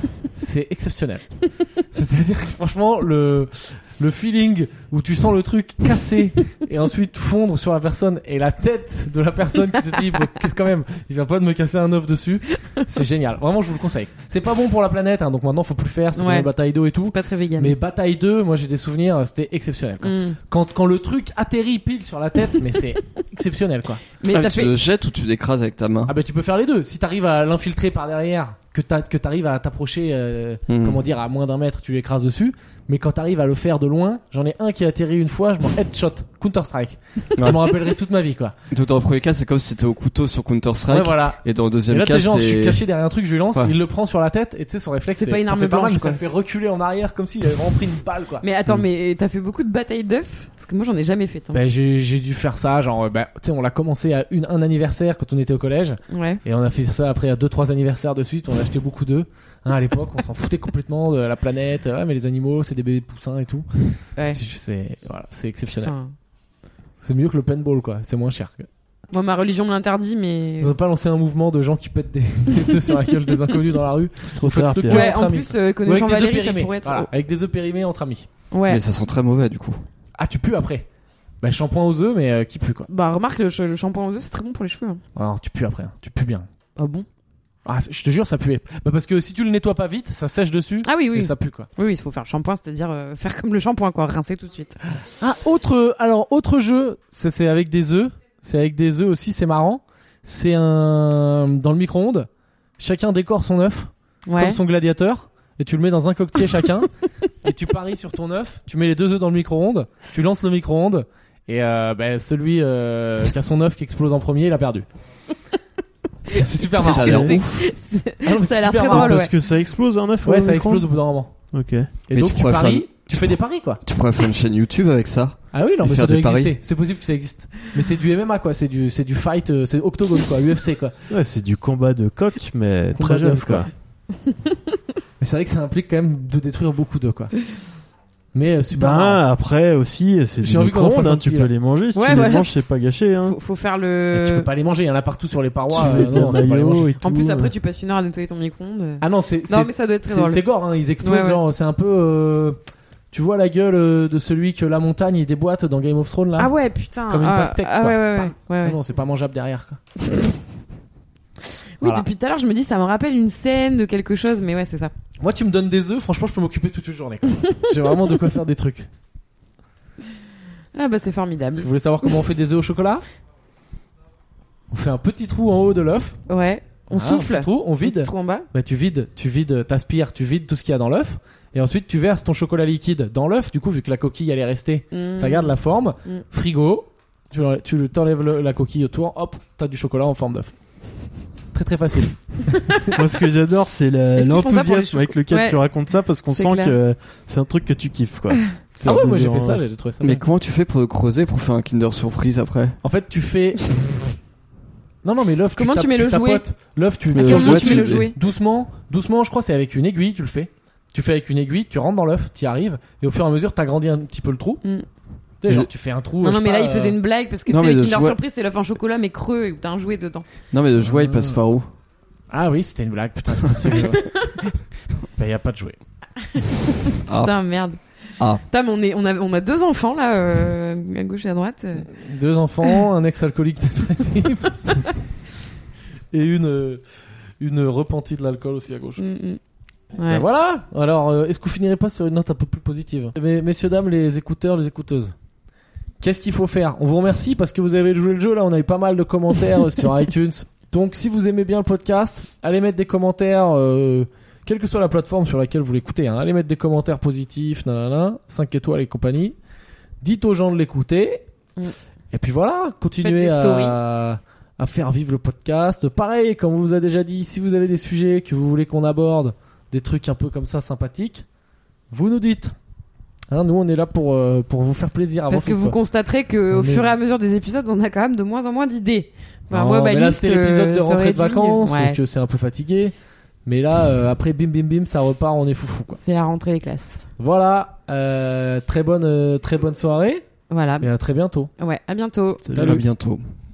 C'est exceptionnel. C'est-à-dire que franchement, le le feeling où tu sens le truc casser et ensuite fondre sur la personne et la tête de la personne qui se dit bon, qu'est-ce quand même, il vient pas de me casser un œuf dessus, c'est génial. Vraiment, je vous le conseille. C'est pas bon pour la planète, hein, donc maintenant faut plus le faire. C'est Ouais. comme la bataille d'eau et tout. C'est pas très vegan. Mais bataille deux, moi j'ai des souvenirs, c'était exceptionnel. Quoi. Mm. Quand, quand le truc atterrit pile sur la tête, mais c'est exceptionnel quoi. Mais Ah, t'as tu fait. le jettes ou tu l'écrases avec ta main? Ah bah tu peux faire les deux. Si t'arrives à l'infiltrer par derrière, que t'as, que t'arrives à t'approcher, euh, Hmm. comment dire, à moins d'un mètre, tu l'écrases dessus. Mais quand t'arrives à le faire de loin, j'en ai un qui a atterri une fois, je m'en headshot, Counter Strike. Je m'en rappellerai toute ma vie quoi. Donc, dans le premier cas, c'est comme si c'était au couteau sur Counter Strike. Ouais voilà. Et dans le Et deuxième là cas, t'es genre, je suis c'est. caché derrière un truc, je lui lance, Ouais. il le prend sur la tête et tu sais son réflexe, C'est pas une ça arme fait pas mal, blanche, mais ça quoi. le fait reculer en arrière comme s'il avait vraiment pris une balle quoi. Mais attends, Mm. mais t'as fait beaucoup de batailles d'œufs? Parce que moi j'en ai jamais fait. Hein. Bah, j'ai, j'ai dû faire ça, genre, euh, bah, tu sais, on l'a commencé à une, un anniversaire quand on était au collège. Ouais. Et on a fait ça après à deux trois anniversaires de suite. On a acheté beaucoup d'œufs. Hein, à l'époque, on s'en foutait complètement de la planète. Ouais, mais les animaux, c'est des bébés poussins et tout. Ouais. C'est, c'est, voilà, c'est exceptionnel. Putain. C'est mieux que le paintball, quoi. C'est moins cher. Moi, ma religion me l'interdit, mais. On ne pas lancer un mouvement de gens qui pètent des, des œufs sur la gueule des inconnus dans la rue. C'est trop Faites tard, le Pierre. Ouais, Ouais, entre en amis, plus, quoi. euh, Ou connaissant avec des œufs Valérie, ça périmés. pourrait être. Voilà, avec des œufs périmés entre amis. Ouais. Mais ça sent très mauvais du coup. Ah, tu pues après. Bah, shampoing aux œufs, mais euh, qui pue, quoi. Bah, remarque, le, ch- le shampoing aux œufs, c'est très bon pour les cheveux. Hein. Alors, tu pues après. Hein. Tu pues bien. Ah bon? Ah, je te jure, ça puait. Bah, parce que si tu le nettoies pas vite, ça sèche dessus. Ah oui, oui. Et ça pue, quoi. Oui, oui, il faut faire le shampoing, c'est-à-dire euh, faire comme le shampoing, quoi, rincer tout de suite. Ah, autre, alors, autre jeu, ça, c'est avec des œufs. C'est avec des œufs aussi, c'est marrant. C'est un, dans le micro-ondes. Chacun décore son œuf, Ouais. comme son gladiateur. Et tu le mets dans un coquetier chacun. et tu paries sur ton œuf, tu mets les deux œufs dans le micro-ondes, tu lances le micro-ondes et euh, bah, celui euh, qui a son œuf qui explose en premier, il a perdu. Et c'est super marrant. Ça a l'air C'est- ouf. c'est- Ah non, mais ça a c'est l'air super très marrant. drôle, Parce ouais. que ça explose un œuf Ouais, au ça micro. explose au bout d'un moment. Ok. Et Mais donc tu tu, pourrais paries, faire- tu fais des paris quoi. Tu pourrais faire une chaîne YouTube avec ça. Ah oui, non, Et mais faire ça doit des paris. exister. C'est possible que ça existe. Mais c'est du M M A quoi, c'est du c'est du fight, euh, c'est octogone quoi, U F C quoi. Ouais, c'est du combat de coq, mais Combat très jeune, d'œuf, quoi. Mais c'est vrai que ça implique quand même de détruire beaucoup d'œufs quoi. Mais euh, super marrant. Bah, après aussi, c'est J'ai du envie qu'on en fasse micro-ondes, un hein, tu petit, peux là. les manger. Si Ouais, tu les voilà. manges, c'est pas gâché. Hein. Faut, faut faire Mais tu le. peux pas les manger, il y en a partout sur les parois. Tu euh, mets non, des tu peux pas les maillots manger. et tout. En plus, après, tu passes une heure à nettoyer ton micro-ondes. Ah non, c'est Non, c'est- mais ça doit être très c'est drôle. c'est gore, hein, ils explosent. Ouais, ouais. Genre, c'est un peu. euh, Tu vois la gueule euh, de celui que la montagne il déboîte dans Game of Thrones là. Ah ouais, putain. Comme une ah, pastèque, Ah quoi. ouais, ouais, ouais. Bah. ouais, Ah ouais. non, c'est pas mangeable derrière quoi. Oui, Voilà. depuis tout à l'heure, je me dis, ça me rappelle une scène de quelque chose, mais ouais, c'est ça. Moi, tu me donnes des œufs, franchement, je peux m'occuper toute une journée. quoi. J'ai vraiment de quoi faire des trucs. Ah bah, c'est formidable. Vous voulez savoir comment on fait des œufs au chocolat? On fait un petit trou en haut de l'œuf. Ouais. On Voilà, souffle. Un petit trou, on Un petit vide. trou en bas. Bah, tu vides, tu vides, t'aspires, tu vides tout ce qu'il y a dans l'œuf. Et ensuite, tu verses ton chocolat liquide dans l'œuf. Du coup, vu que la coquille elle est restée, Mmh. ça garde la forme. Mm. Frigo, tu, tu t'enlèves le- la coquille autour, hop, t'as du chocolat en forme d'œuf. Très très facile. Moi, ce que j'adore, c'est la- Est-ce qu'ils font ça pour les l'enthousiasme avec lequel Ouais. tu racontes ça, parce qu'on C'est sent clair. que c'est un truc que tu kiffes, quoi. Ah Faire ouais, des moi j'ai œufs fait en ça, vache. j'ai trouvé ça Mais bien. comment tu fais pour le creuser pour faire un Kinder Surprise après? En fait, tu fais. Non, non, mais l'œuf, Comment tu, tu tapes- mets le jouet tapotes. L'œuf, tu À le. À Euh, quel moment jouet, tu mets le tu- jouet? Doucement, doucement, je crois, c'est avec une aiguille, tu le fais. Tu fais avec une aiguille, tu rentres dans l'œuf, tu y arrives, et au fur et à mesure, t'agrandis un petit peu le trou. Mm. Tu sais, genre, Mais- tu fais un trou. Non, je non, sais mais là, pas, il faisait euh, une blague parce que tu Non, sais, mais les le Kinder jouet- Surprise, c'est l'œuf en chocolat, mais creux et où t'as un jouet dedans. Non, mais le jouet il Euh. passe par où? Ah oui, c'était une blague, putain, je pensais. euh, Bah, y a pas de jouet. Ah. Putain, merde. Ah. Putain, mais on, est, on, a, on a deux enfants là, euh, à gauche et à droite. euh. Deux enfants, un ex-alcoolique dépressif. et une, euh, une repentie de l'alcool aussi à gauche. Mm, mm. Ben Ouais. voilà. Alors, euh, est-ce que vous finirez pas sur une note un peu plus positive? Mais, messieurs, dames, les écouteurs, les écouteuses, qu'est-ce qu'il faut faire? On vous remercie parce que vous avez joué le jeu. Là, on a eu pas mal de commentaires euh, sur iTunes. Donc, si vous aimez bien le podcast, allez mettre des commentaires, euh, quelle que soit la plateforme sur laquelle vous l'écoutez. Hein. Allez mettre des commentaires positifs, nanana, cinq étoiles et compagnie. Dites aux gens de l'écouter. Mm. Et puis voilà, continuez Faites des stories. à, à faire vivre le podcast. Pareil, comme on vous a déjà dit, si vous avez des sujets que vous voulez qu'on aborde, des trucs un peu comme ça sympathiques, vous nous dites. Hein, nous, on est là pour, euh, pour vous faire plaisir avant Parce que tout, vous quoi. constaterez On qu'au est- fur et à mesure des épisodes, on a quand même de moins en moins d'idées. Enfin, Non, moi, ma mais là, liste, c'était l'épisode de euh, rentrée de se réduit. vacances, Ouais, donc euh, c'est un peu fatigué. Mais là, euh, après, bim bim bim, ça repart, on est foufou, quoi. c'est la rentrée des classes. Voilà, euh, très bonne, euh, très bonne soirée, Voilà. et à très bientôt. Ouais, à bientôt. Salut. À bientôt.